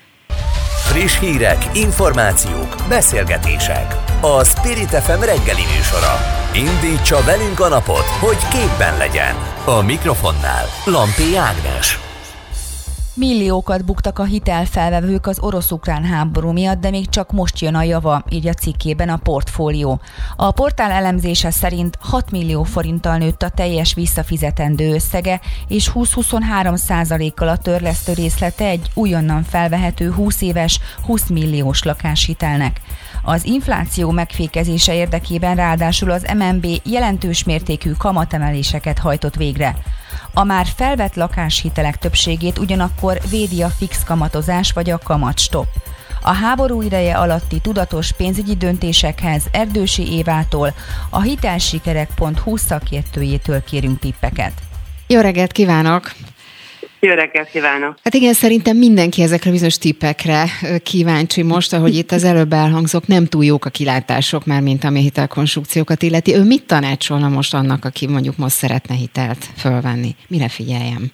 Friss hírek, információk, beszélgetések. A Spirit FM reggeli műsora. Indítsa velünk a napot, hogy képben legyen. A mikrofonnál Lampi Ágnes. Milliókat buktak a hitelfelvevők az orosz-ukrán háború miatt, de még csak most jön a java, írja cikkében a Portfólió. A portál elemzése szerint 6 millió forinttal nőtt a teljes visszafizetendő összege, és 20-23%-kal a törlesztő részlete egy újonnan felvehető 20 éves, 20 milliós lakáshitelnek. Az infláció megfékezése érdekében ráadásul az MNB jelentős mértékű kamatemeléseket hajtott végre. A már felvett lakáshitelek többségét ugyanakkor védi a fix kamatozás vagy a kamatstopp. A háború ideje alatti tudatos pénzügyi döntésekhez Erdősi Évától, a hitelsikerek.hu szakértőjétől kérünk tippeket. Jó reggelt kívánok! Jó reggelt kívánok! Hát igen, szerintem mindenki ezekre bizonyos tippekre kíváncsi most, ahogy itt az előbb elhangzott, nem túl jók a kilátások már, mint ami a hitelkonstrukciókat illeti. Ő mit tanácsolna most annak, aki mondjuk most szeretne hitelt fölvenni? Mire figyeljem?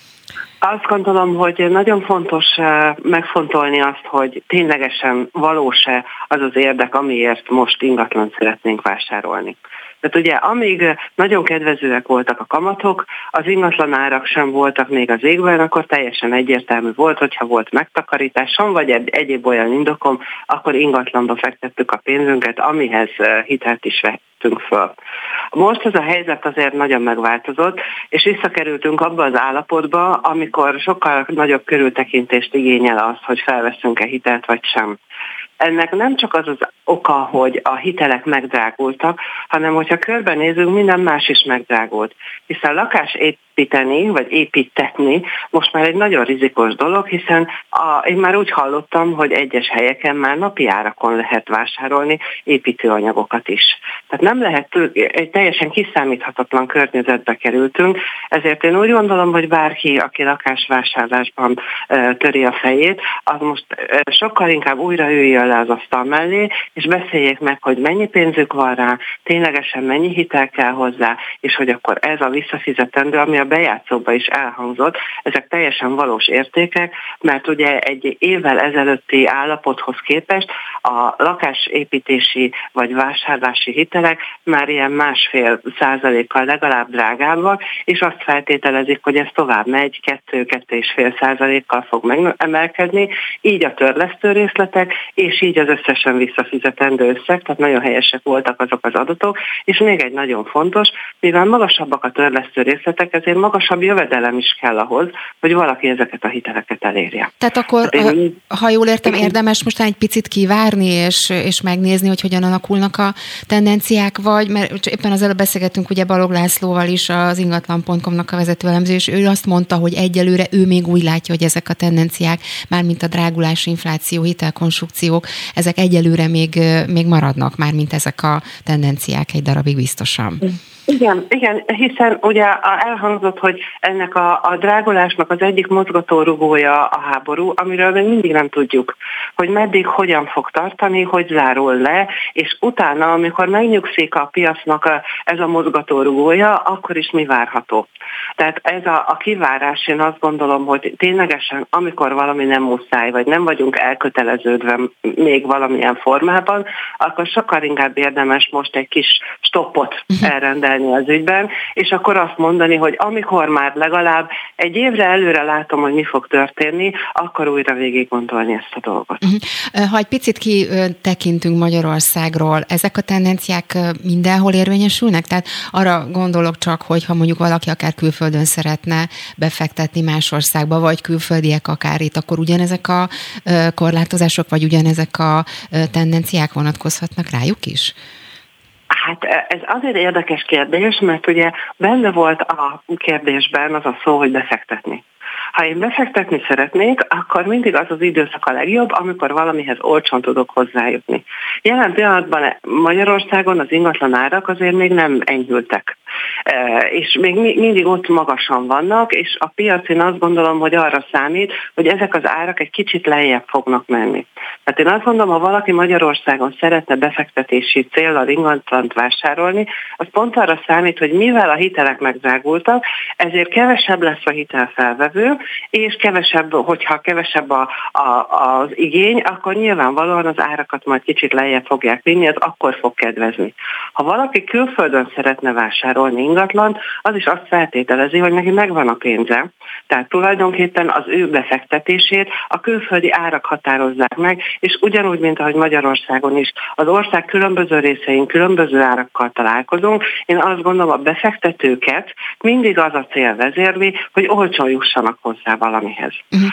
Azt gondolom, hogy nagyon fontos megfontolni azt, hogy ténylegesen valós-e az az érdek, amiért most ingatlant szeretnénk vásárolni. Tehát ugye amíg nagyon kedvezőek voltak a kamatok, az ingatlanárak sem voltak még az égben, akkor teljesen egyértelmű volt, hogyha volt megtakarításom, vagy egyéb olyan indokom, akkor ingatlanba fektettük a pénzünket, amihez hitelt is vettünk föl. Most ez a helyzet azért nagyon megváltozott, és visszakerültünk abba az állapotba, amikor sokkal nagyobb körültekintést igényel az, hogy felveszünk-e hitelt vagy sem. Ennek nem csak az az oka, hogy a hitelek megdrágultak, hanem hogyha körbenézünk, minden más is megdrágult. Hiszen lakást építeni, vagy építetni most már egy nagyon rizikós dolog, hiszen én már úgy hallottam, hogy egyes helyeken már napi árakon lehet vásárolni építőanyagokat is. Tehát nem lehet, egy teljesen kiszámíthatatlan környezetbe kerültünk, ezért én úgy gondolom, hogy bárki, aki lakásvásárlásban töri a fejét, az most sokkal inkább újra üljön le az asztal mellé, és beszéljék meg, hogy mennyi pénzük van rá, ténylegesen mennyi hitel kell hozzá, és hogy akkor ez a visszafizetendő, ami a bejátszóban is elhangzott, ezek teljesen valós értékek, mert ugye egy évvel ezelőtti állapothoz képest a lakásépítési vagy vásárlási hitelek már ilyen 1,5%-kal legalább drágábbak, és azt feltételezik, hogy ez tovább megy, 2-2,5%-kal fog megemelkedni, így a törlesztő részletek, és így az összesen visszafizetendő összeg, tehát nagyon helyesek voltak azok az adatok, és még egy nagyon fontos, mivel magasabbak a törlesztő részletek, ezért magasabb jövedelem is kell ahhoz, hogy valaki ezeket a hiteleket elérje. Tehát akkor, ha jól értem, érdemes most egy picit kivárni, és megnézni, hogy hogyan alakulnak a tendenciák, vagy, mert éppen az előbb beszélgettünk ugye Balogh Lászlóval is, az ingatlan.com-nak a vezetőelemző, és ő azt mondta, hogy egyelőre ő még úgy látja, hogy ezek a tendenciák, mármint a drágulás, infláció, hitelkonstrukciók, ezek egyelőre még maradnak, mármint ezek a tendenciák egy darabig biztosan. Igen, hiszen ugye elhangzott, hogy ennek a drágulásnak az egyik mozgatórugója a háború, amiről még mindig nem tudjuk, hogy meddig, hogyan fog tartani, hogy zárul le, és utána, amikor megnyugszik a piacnak ez a mozgatórugója, akkor is mi várható. Tehát ez a kivárás, én azt gondolom, hogy ténylegesen, amikor valami nem muszáj, vagy nem vagyunk elköteleződve még valamilyen formában, akkor sokkal inkább érdemes most egy kis stoppot elrendelni az ügyben, és akkor azt mondani, hogy amikor már legalább egy évre előre látom, hogy mi fog történni, akkor újra végig gondolni ezt a dolgot. Ha egy picit kitekintünk Magyarországról, ezek a tendenciák mindenhol érvényesülnek? Tehát arra gondolok csak, hogy ha mondjuk valaki akár külföldön szeretne befektetni más országba, vagy külföldiek akár itt, akkor ugyanezek a korlátozások, vagy ugyanezek a tendenciák vonatkozhatnak rájuk is? Hát ez azért érdekes kérdés, mert ugye benne volt a kérdésben az a szó, hogy befektetni. Ha én befektetni szeretnék, akkor mindig az az időszak a legjobb, amikor valamihez olcsón tudok hozzájutni. Jelen pillanatban Magyarországon az ingatlan árak azért még nem enyhültek. És még mindig ott magasan vannak, és a piac, én azt gondolom, hogy arra számít, hogy ezek az árak egy kicsit lejjebb fognak menni. Tehát én azt gondolom, ha valaki Magyarországon szeretne befektetési céllal ingatlant vásárolni, az pont arra számít, hogy mivel a hitelek megdrágultak, ezért kevesebb lesz a hitelfelvevő, és kevesebb, hogyha kevesebb az igény, akkor nyilvánvalóan az árakat majd kicsit lejjebb fogják vinni, az akkor fog kedvezni. Ha valaki külföldön szeretne vásárolni, vásárolni ingatlant, az is azt feltételezi, hogy neki megvan a pénze. Tehát tulajdonképpen az ő befektetését a külföldi árak határozzák meg, és ugyanúgy, mint ahogy Magyarországon is, az ország különböző részein különböző árakkal találkozunk. Én azt gondolom, a befektetőket mindig az a cél vezérli, hogy olcsón jussanak hozzá valamihez.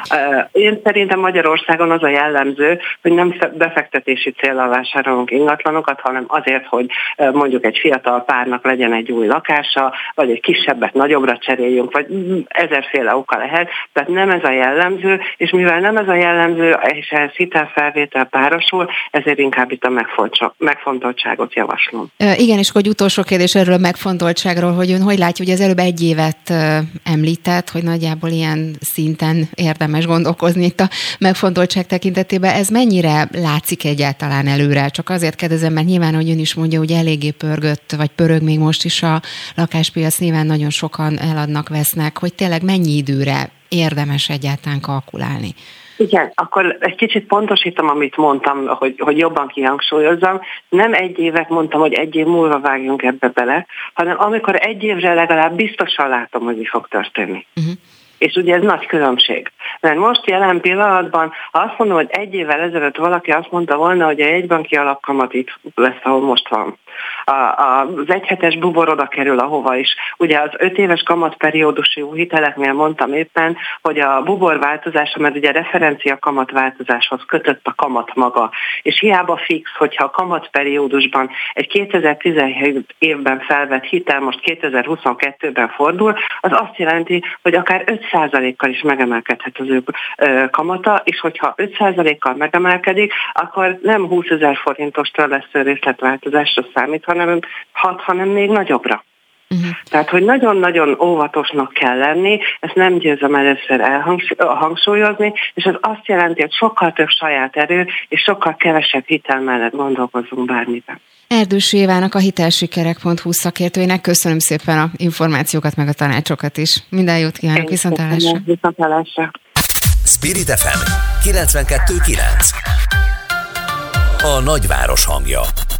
Én szerintem Magyarországon az a jellemző, hogy nem befektetési céllal vásárolunk ingatlanokat, hanem azért, hogy mondjuk egy fiatal párnak legyen egy új lakása, vagy egy kisebbet nagyobbra cseréljünk, vagy ezerféle oka lehet. Tehát nem ez a jellemző, és mivel nem ez a jellemző, és ehhez hitelfelvétel párosul, ezért inkább itt a megfontoltságot javaslom. Igen, és hogy utolsó kérdés erről a megfontoltságról, hogy ön hogy látja, hogy az előbb egy évet említett, hogy nagyjából ilyen szinten érdemes gondolkozni itt a megfontoltság tekintetében. Ez mennyire látszik egyáltalán előre? Csak azért kérdezem, mert nyilván, hogy ön is mondja, hogy eléggé pörgött, vagy pörög még most is a lakáspiac, nyilván nagyon sokan eladnak, vesznek, hogy tényleg mennyi időre érdemes egyáltalán kalkulálni? Igen, akkor egy kicsit pontosítom, amit mondtam, hogy jobban kihangsúlyozzam. Nem egy évet mondtam, hogy egy év múlva vágjunk ebbe bele, hanem amikor egy évre legalább biztosan látom, hogy mi fog történni. És ugye ez nagy különbség. Mert most jelen pillanatban, ha azt mondom, hogy egy évvel ezelőtt valaki azt mondta volna, hogy a jegybanki alapkamat itt lesz, ahol most van. Az egyhetes bubor oda kerül, ahova is. Ugye az 5 éves kamatperiódusú hiteleknél mondtam éppen, hogy a bubor változása, mert ugye referencia kamatváltozáshoz kötött a kamat maga. És hiába fix, hogyha a kamatperiódusban egy 2017 évben felvett hitel most 2022-ben fordul, az azt jelenti, hogy akár 5%-kal is megemelkedhet az ő kamata, és hogyha 5%-kal megemelkedik, akkor nem 20 000 forintosra lesz részletváltozásra számít, hanem 6, hanem még nagyobbra. Tehát, hogy nagyon-nagyon óvatosnak kell lenni, ezt nem győzöm először hangsúlyozni, és ez azt jelenti, hogy sokkal több saját erő, és sokkal kevesebb hitel mellett gondolkozunk bármiben. Erdősi Évának, a hitelsikerek.hu szakértőjének köszönöm szépen a információkat, meg a tanácsokat is. Minden jót kívánok, viszonthallásra. Spirit FM 92.9. A nagyváros hangja.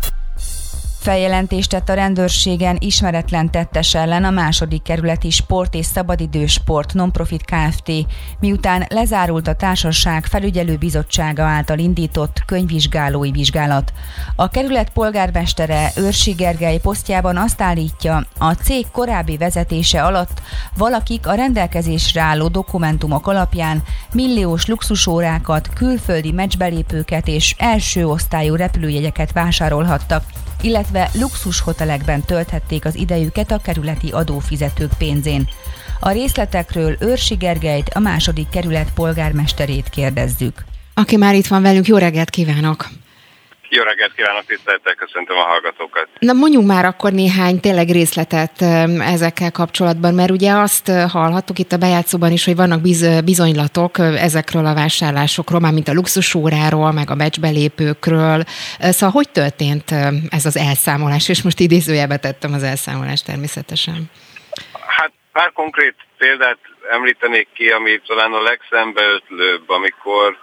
Feljelentést tett a rendőrségen ismeretlen tettes ellen a második kerületi Sport és Szabadidősport Nonprofit Kft., miután lezárult a társaság felügyelőbizottsága által indított könyvvizsgálói vizsgálat. A kerület polgármestere Őrsi Gergely posztjában azt állítja, a cég korábbi vezetése alatt valakik a rendelkezésre álló dokumentumok alapján milliós luxusórákat, külföldi meccsbelépőket és első osztályú repülőjegyeket vásárolhattak, illetve luxushotelekben tölthették az idejüket a kerületi adófizetők pénzén. A részletekről Őrsi Gergelyt, a második kerület polgármesterét kérdezzük. Aki már itt van velünk, jó reggelt kívánok! Jó reggelt kívánok, tisztelettel köszöntöm a hallgatókat. Na mondjunk már akkor néhány tényleg részletet ezekkel kapcsolatban, mert ugye azt hallhattuk itt a bejátszóban is, hogy vannak bizonylatok ezekről a vásárlásokról, mármint a luxusóráról, meg a meccsbelépőkről. Szóval hogy történt ez az elszámolás? És most idézőjelbe tettem az elszámolást természetesen. Hát pár konkrét példát említenék ki, ami talán a legszembeötlőbb, amikor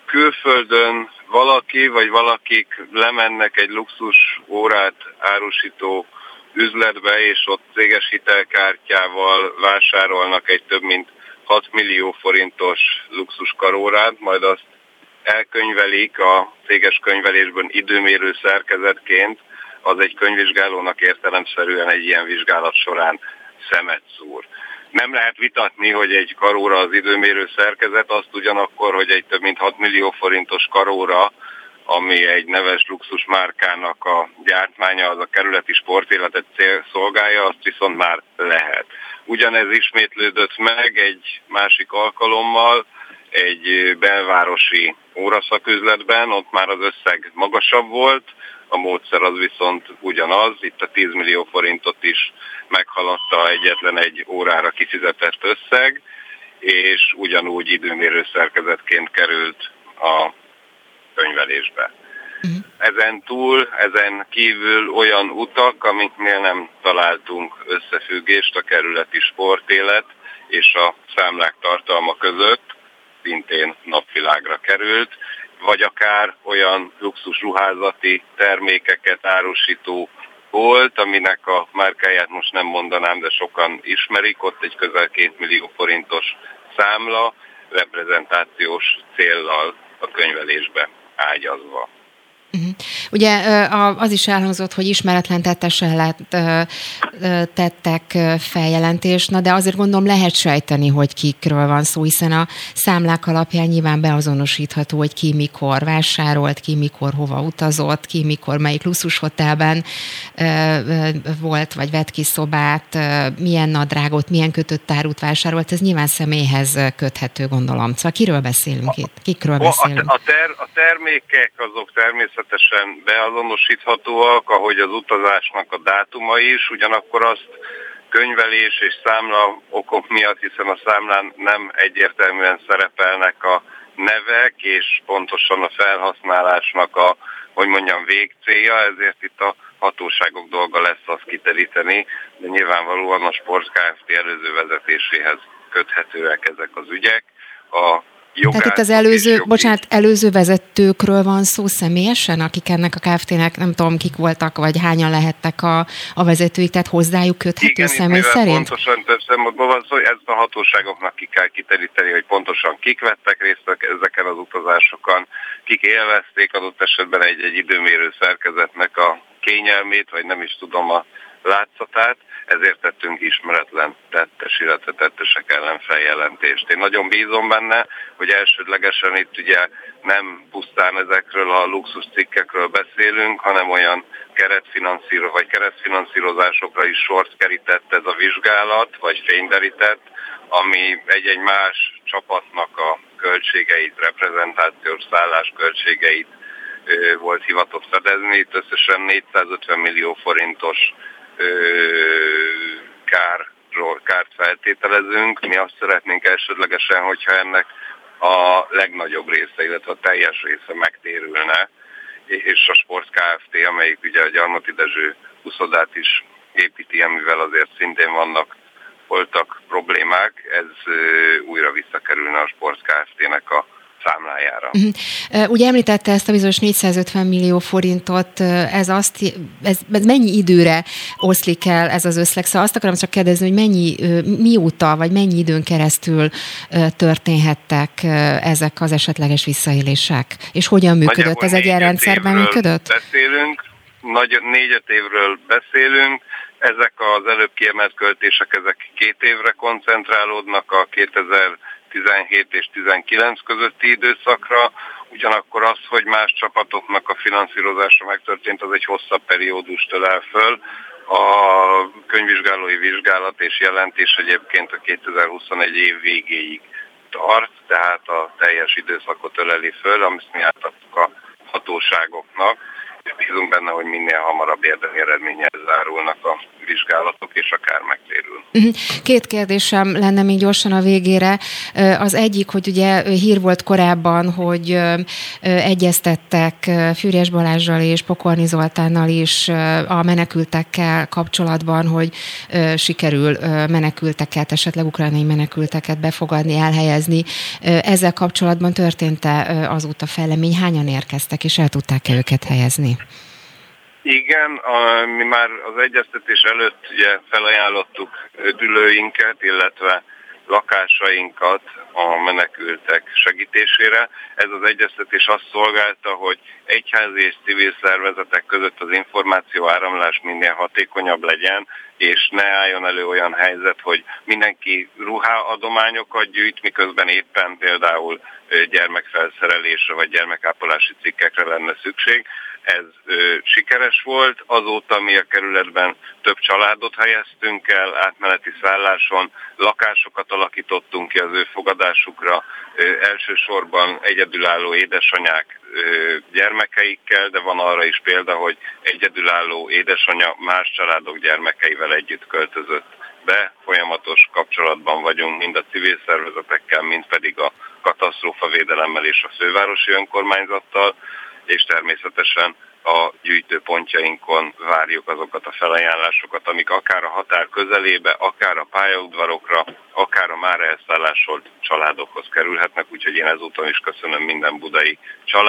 külföldön valaki vagy valakik lemennek egy luxus órát árusító üzletbe, és ott céges hitelkártyával vásárolnak egy több mint 6 millió forintos luxus karórát, majd azt elkönyvelik a céges könyvelésben időmérő szerkezetként, az egy könyvvizsgálónak értelemszerűen egy ilyen vizsgálat során szemet szúr. Nem lehet vitatni, hogy egy karóra az időmérő szerkezet, azt ugyanakkor, hogy egy több mint 6 millió forintos karóra, ami egy neves luxus márkának a gyártmánya, az a kerületi sportéletet szolgálja, azt viszont már lehet. Ugyanez ismétlődött meg egy másik alkalommal, egy belvárosi óraszaküzletben, ott már az összeg magasabb volt, a módszer az viszont ugyanaz, itt a 10 millió forintot is meghaladta egyetlen egy órára kifizetett összeg, és ugyanúgy időmérő szerkezetként került a könyvelésbe. Ezen kívül olyan utak, amiknél nem találtunk összefüggést a kerületi sportélet és a számlák tartalma között, szintén napvilágra került, vagy akár olyan luxus ruházati termékeket árusító volt, aminek a márkáját most nem mondanám, de sokan ismerik, ott egy közel 2 millió forintos számla, reprezentációs céllal a könyvelésbe ágyazva. Ugye az is elhangzott, hogy ismeretlen tettes ellen tettek feljelentést, de azért gondolom lehet sejteni, hogy kikről van szó, hiszen a számlák alapján nyilván beazonosítható, hogy ki mikor vásárolt, ki mikor hova utazott, ki mikor melyik luxushotelben volt, vagy vett ki szobát, milyen nadrágot, milyen kötött árut vásárolt, ez nyilván személyhez köthető, gondolom. Szóval kiről beszélünk itt? Kikről beszélünk? A termékek azok természetesen beazonosíthatóak, ahogy az utazásnak a dátuma is, ugyanakkor azt könyvelés és számla okok miatt, hiszen a számlán nem egyértelműen szerepelnek a nevek, és pontosan a felhasználásnak a, hogy mondjam, végcélja, ezért itt a hatóságok dolga lesz azt kiteríteni, de nyilvánvalóan a Sports Kft. Előző vezetéséhez köthetőek ezek az ügyek. Tehát itt az előző vezetőkről van szó személyesen, akik ennek a Kft-nek, nem tudom, kik voltak, vagy hányan lehettek a vezetőik, tehát hozzájuk köthető. Igen, személy szerint? Pontosan több szempontból van szó, ezt a hatóságoknak ki kell kiteríteni, hogy pontosan kik vettek részt ezeken az utazásokon, kik élvezték adott esetben egy időmérő szerkezetnek a kényelmét, vagy nem is tudom, a látszatát, ezért tettünk ismeretlen tettes, illetve tettesek ellen feljelentést. Én nagyon bízom benne, hogy elsődlegesen itt ugye nem pusztán ezekről a luxuscikkekről beszélünk, hanem olyan keresztfinanszírozásokra is sort kerített ez a vizsgálat, vagy fényderített, ami egy-egy más csapatnak a költségeit, reprezentációs szállás költségeit volt hivatott fedezni. Itt összesen 450 millió forintos kárt feltételezünk. Mi azt szeretnénk elsődlegesen, hogyha ennek a legnagyobb része, illetve a teljes része megtérülne, és a Sports Kft., amelyik ugye a Gyarmati Dezső uszodát is építi, amivel azért szintén voltak problémák, ez újra visszakerülne a Sports Kft.-nek a számlájára. Ugye említette ezt a bizonyos 450 millió forintot, ez mennyi időre oszlik el ez az összeg? Szóval azt akarom csak kérdezni, hogy mióta, vagy mennyi időn keresztül történhettek ezek az esetleges visszaélések? És hogyan működött? Ez egy ilyen rendszerben működött? Beszélünk, 4-5 évről beszélünk. Ezek az előbb kiemelt költések, ezek 2 évre koncentrálódnak, a 2017 és 19 közötti időszakra, ugyanakkor az, hogy más csapatoknak a finanszírozása megtörtént, az egy hosszabb periódust ölel föl. A könyvvizsgálói vizsgálat és jelentés egyébként a 2021 év végéig tart, tehát a teljes időszakot öleli föl, amit mi átadtuk a hatóságoknak, és bízunk benne, hogy minél hamarabb érdemi eredménnyel zárulnak a vizsgálatok, és akár megtérül. 2 kérdésem lenne még gyorsan a végére. Az egyik, hogy ugye hír volt korábban, hogy egyeztettek Füriyes Balázsral és Pokorni Zoltánnal is a menekültekkel kapcsolatban, hogy sikerül menekülteket, esetleg ukrajnai menekülteket befogadni, elhelyezni. Ezzel kapcsolatban történt-e azóta fejlemény? Hányan érkeztek, és el tudták-e őket helyezni? Igen, mi már az egyeztetés előtt ugye felajánlottuk dülőinket, illetve lakásainkat a menekültek segítésére. Ez az egyeztetés azt szolgálta, hogy egyházi és civil szervezetek között az információ áramlás minél hatékonyabb legyen, és ne álljon elő olyan helyzet, hogy mindenki ruháadományokat gyűjt, miközben éppen például gyermekfelszerelésre vagy gyermekápolási cikkekre lenne szükség. Ez sikeres volt, azóta mi a kerületben több családot helyeztünk el, átmeneti szálláson, lakásokat alakítottunk ki az ő fogadásukra, elsősorban egyedülálló édesanyák gyermekeikkel, de van arra is példa, hogy egyedülálló édesanya más családok gyermekeivel együtt költözött be. Folyamatos kapcsolatban vagyunk mind a civil szervezetekkel, mind pedig a katasztrófavédelemmel és a fővárosi önkormányzattal, és természetesen a gyűjtőpontjainkon várjuk azokat a felajánlásokat, amik akár a határ közelébe, akár a pályaudvarokra, akár a már elszállásolt családokhoz kerülhetnek, úgyhogy én ezúton is köszönöm minden budai család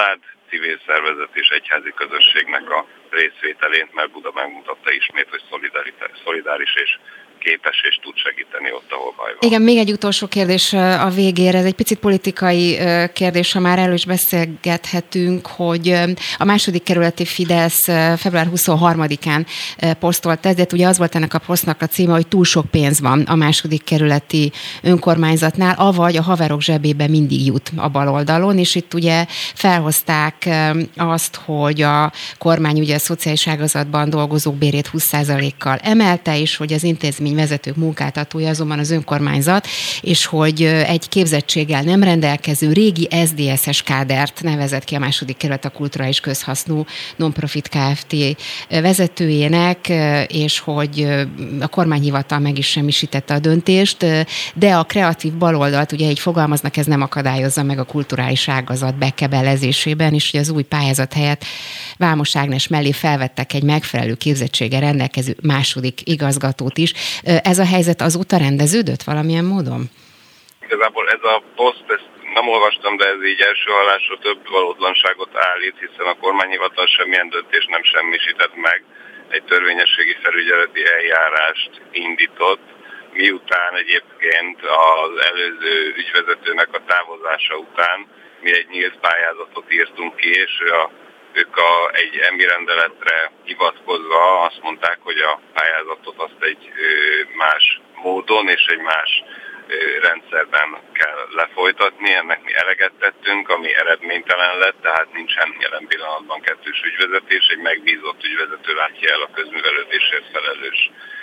civil szervezet és egyházi közösségnek a részvételét, mert Buda megmutatta ismét, hogy szolidáris és képes és tud segíteni ott, ahol baj van. Igen, még egy utolsó kérdés a végére, ez egy picit politikai kérdés, ha már erről is beszélgethetünk, hogy a második kerületi Fidesz február 23-án posztolt ezért, ugye az volt ennek a posztnak a címe, hogy túl sok pénz van a második kerületi önkormányzatnál, avagy a haverok zsebébe mindig jut a baloldalon, és itt ugye felhozták azt, hogy a kormány ugye a szociális ágazatban dolgozók bérét 20%-kal emelte, és hogy az intézmény vezetők munkáltatója azonban az önkormányzat, és hogy egy képzettséggel nem rendelkező régi SZDSZ-es kádert nevezett ki a második kerület a kulturális közhasznú non-profit Kft. Vezetőjének, és hogy a kormányhivatal meg is semmisítette a döntést, de a kreatív baloldalt, ugye így fogalmaznak, ez nem akadályozza meg a kulturális ágazat bekebelezésében, és hogy az új pályázat helyett Vámos Ágnes mellé felvettek egy megfelelő képzettséggel rendelkező második igazgatót is. Ez a helyzet azóta rendeződött valamilyen módon? Igazából ez a poszt, ezt nem olvastam, de ez így első hallásra több valótlanságot állít, hiszen a kormányhivatal semmilyen döntés nem semmisített meg, egy törvényességi felügyeleti eljárást indított, miután egyébként az előző ügyvezetőnek a távozása után mi egy nyílt pályázatot írtunk ki, és ők egy EMI rendeletre hivatkozva azt mondták, hogy a pályázatot azt egy más módon és egy más rendszerben kell lefolytatni. Ennek mi eleget tettünk, ami eredménytelen lett, tehát nincsen jelen pillanatban kettős ügyvezetés, egy megbízott ügyvezető látja el a közművelődésért felelős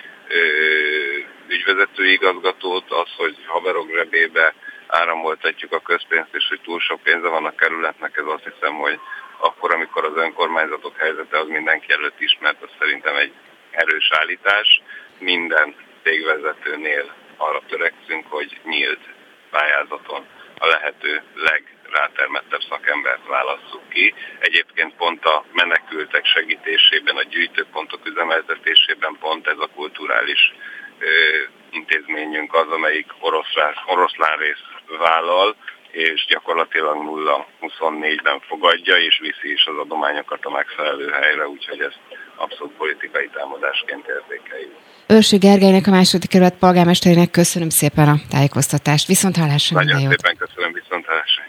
ügyvezetői igazgatót. Az, hogy haverok zsebébe áramoltatjuk a közpénzt, és hogy túl sok pénze van a kerületnek, ez azt hiszem, hogy akkor, amikor az önkormányzatok helyzete az mindenki előtt ismert, az szerintem egy erős állítás. Minden cégvezetőnél arra törekszünk, hogy nyílt pályázaton a lehető legrátermettebb szakembert válasszuk ki. Egyébként pont a menekültek segítésében, a gyűjtőpontok üzemeltetésében pont ez a kulturális intézményünk az, amelyik oroszlán részt vállal, és gyakorlatilag 0-24-ben fogadja, és viszi is az adományokat a megfelelő helyre, úgyhogy ezt abszolút politikai támadásként értékeljük. Őrsi Gergelynek, a második kerület polgármesterének köszönöm szépen a tájékoztatást. Viszonthallásra. Nagyon szépen köszönöm, viszonthallásra.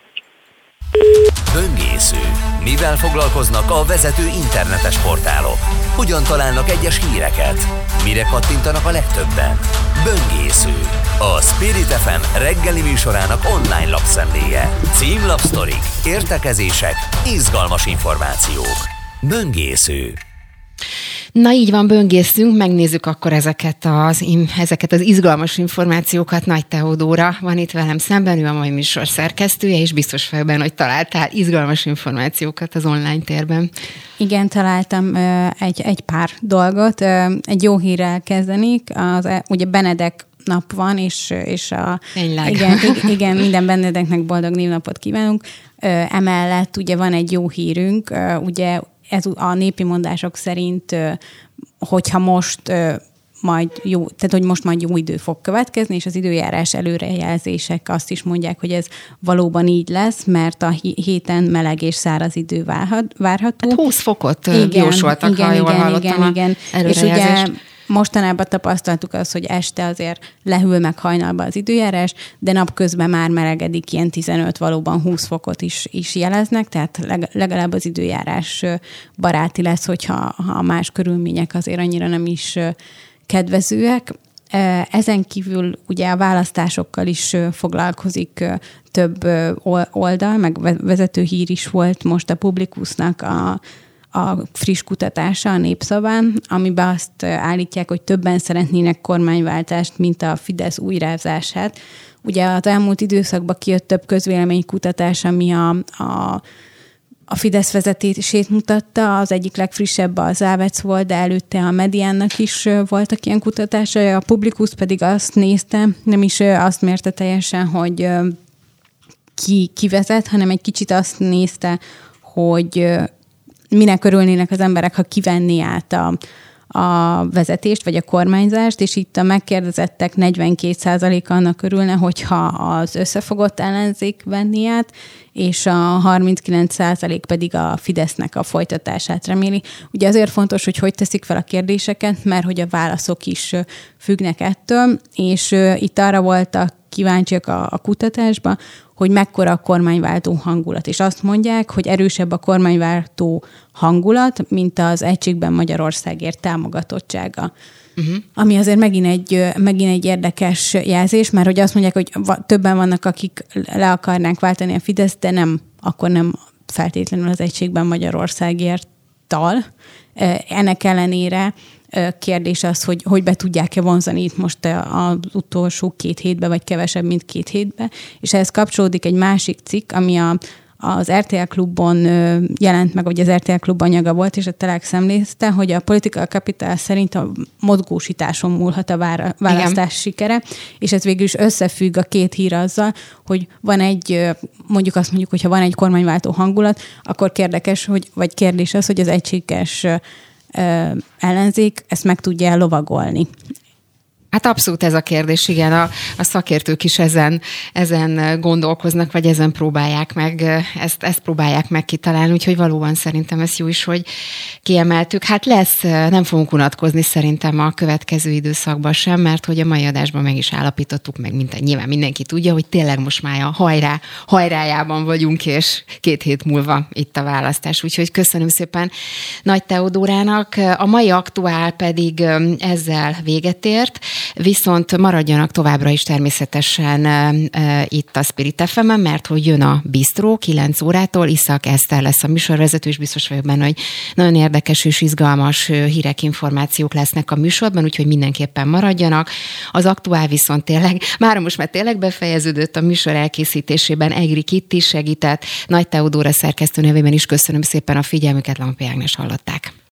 Böngésző. Mivel foglalkoznak a vezető internetes portálok? Hogyan találnak egyes híreket? Mire kattintanak a legtöbben? Böngésző. A Spirit FM reggeli műsorának online lapszemléje. Címlapsztorik, értekezések, izgalmas információk. Böngésző. Na így van, böngészünk, megnézzük akkor ezeket az izgalmas információkat. Nagy Teodóra van itt velem szemben, ő a mai műsor szerkesztője, és biztos vagyok benne, hogy találtál izgalmas információkat az online térben. Igen, találtam egy pár dolgot. Egy jó hírrel kezdenék. Ugye Benedek nap van, és igen, minden Benedeknek boldog névnapot kívánunk. Emellett ugye van egy jó hírünk, ugye ez a népi mondások szerint, hogyha most majd jó idő fog következni, és az időjárás előrejelzések azt is mondják, hogy ez valóban így lesz, mert a héten meleg és száraz idő várható. Hát 20 fokot jósoltak, ha jól hallottam igen. És ugye mostanában tapasztaltuk azt, hogy este azért lehűl meg hajnalba az időjárás, de napközben már melegedik, ilyen 15, valóban 20 fokot is jeleznek, tehát legalább az időjárás baráti lesz, hogyha más körülmények azért annyira nem is kedvezőek. Ezen kívül ugye a választásokkal is foglalkozik több oldal, meg vezető hír is volt most a Publikusnak a friss kutatása a Népszaván, amiben azt állítják, hogy többen szeretnének kormányváltást, mint a Fidesz újrázását. Ugye az elmúlt időszakban kijött több közvéleménykutatás, ami a Fidesz vezetését mutatta, az egyik legfrissebb az Ávec volt, de előtte a Mediánnak is voltak ilyen kutatásai, a Publikus pedig azt nézte, nem is azt mérte teljesen, hogy ki vezet, hanem egy kicsit azt nézte, hogy minek örülnének az emberek, ha kivenni át a vezetést, vagy a kormányzást, és itt a megkérdezettek 42%-a annak örülne, hogyha az összefogott ellenzék venni át, és a 39% pedig a Fidesznek a folytatását reméli. Ugye azért fontos, hogy teszik fel a kérdéseket, mert hogy a válaszok is függnek ettől, és itt arra voltak kíváncsiak a kutatásban, hogy mekkora a kormányváltó hangulat. És azt mondják, hogy erősebb a kormányváltó hangulat, mint az Egységben Magyarországért támogatottsága. Ami azért megint egy érdekes jelzés, mert hogy azt mondják, hogy többen vannak, akik le akarnánk váltani a Fideszt, de akkor nem feltétlenül az Egységben Magyarországért-tal. Ennek ellenére kérdés az, hogy be tudják-e vonzani itt most az utolsó 2 hétbe, vagy kevesebb, mint 2 hétbe. És ehhez kapcsolódik egy másik cikk, ami az RTL Klubon jelent meg, vagy az RTL Klub anyaga volt, és a Telex szemlézte, hogy a Political Capital szerint a mozgósításon múlhat a választás sikere, és ez végül is összefügg a 2 hír azzal, hogy van mondjuk azt mondjuk, hogyha van egy kormányváltó hangulat, akkor kérdés az, hogy az egységes ellenzék ezt meg tudja lovagolni. Hát abszolút ez a kérdés, igen, a szakértők is ezen gondolkoznak, vagy ezen próbálják meg, ezt próbálják meg kitalálni, úgyhogy valóban szerintem ez jó is, hogy kiemeltük. Hát nem fogunk unatkozni szerintem a következő időszakban sem, mert hogy a mai adásban meg is állapítottuk, meg nyilván mindenki tudja, hogy tényleg most már a hajrájában vagyunk, és 2 hét múlva itt a választás. Úgyhogy köszönöm szépen Nagy Teodórának. A mai aktuál pedig ezzel véget ért. Viszont maradjanak továbbra is természetesen itt a Spirit FM-en, mert hogy jön a Bistró 9 órától, Iszak Eszter lesz a műsorvezető, és biztos vagyok benne, hogy nagyon érdekes és izgalmas hírek, információk lesznek a műsorban, úgyhogy mindenképpen maradjanak. Az aktuál viszont most már tényleg befejeződött, a műsor elkészítésében Egri Kitti segített, Nagy Teodóra szerkesztő nevében is köszönöm szépen a figyelmüket, Lampi Ágnes hallották.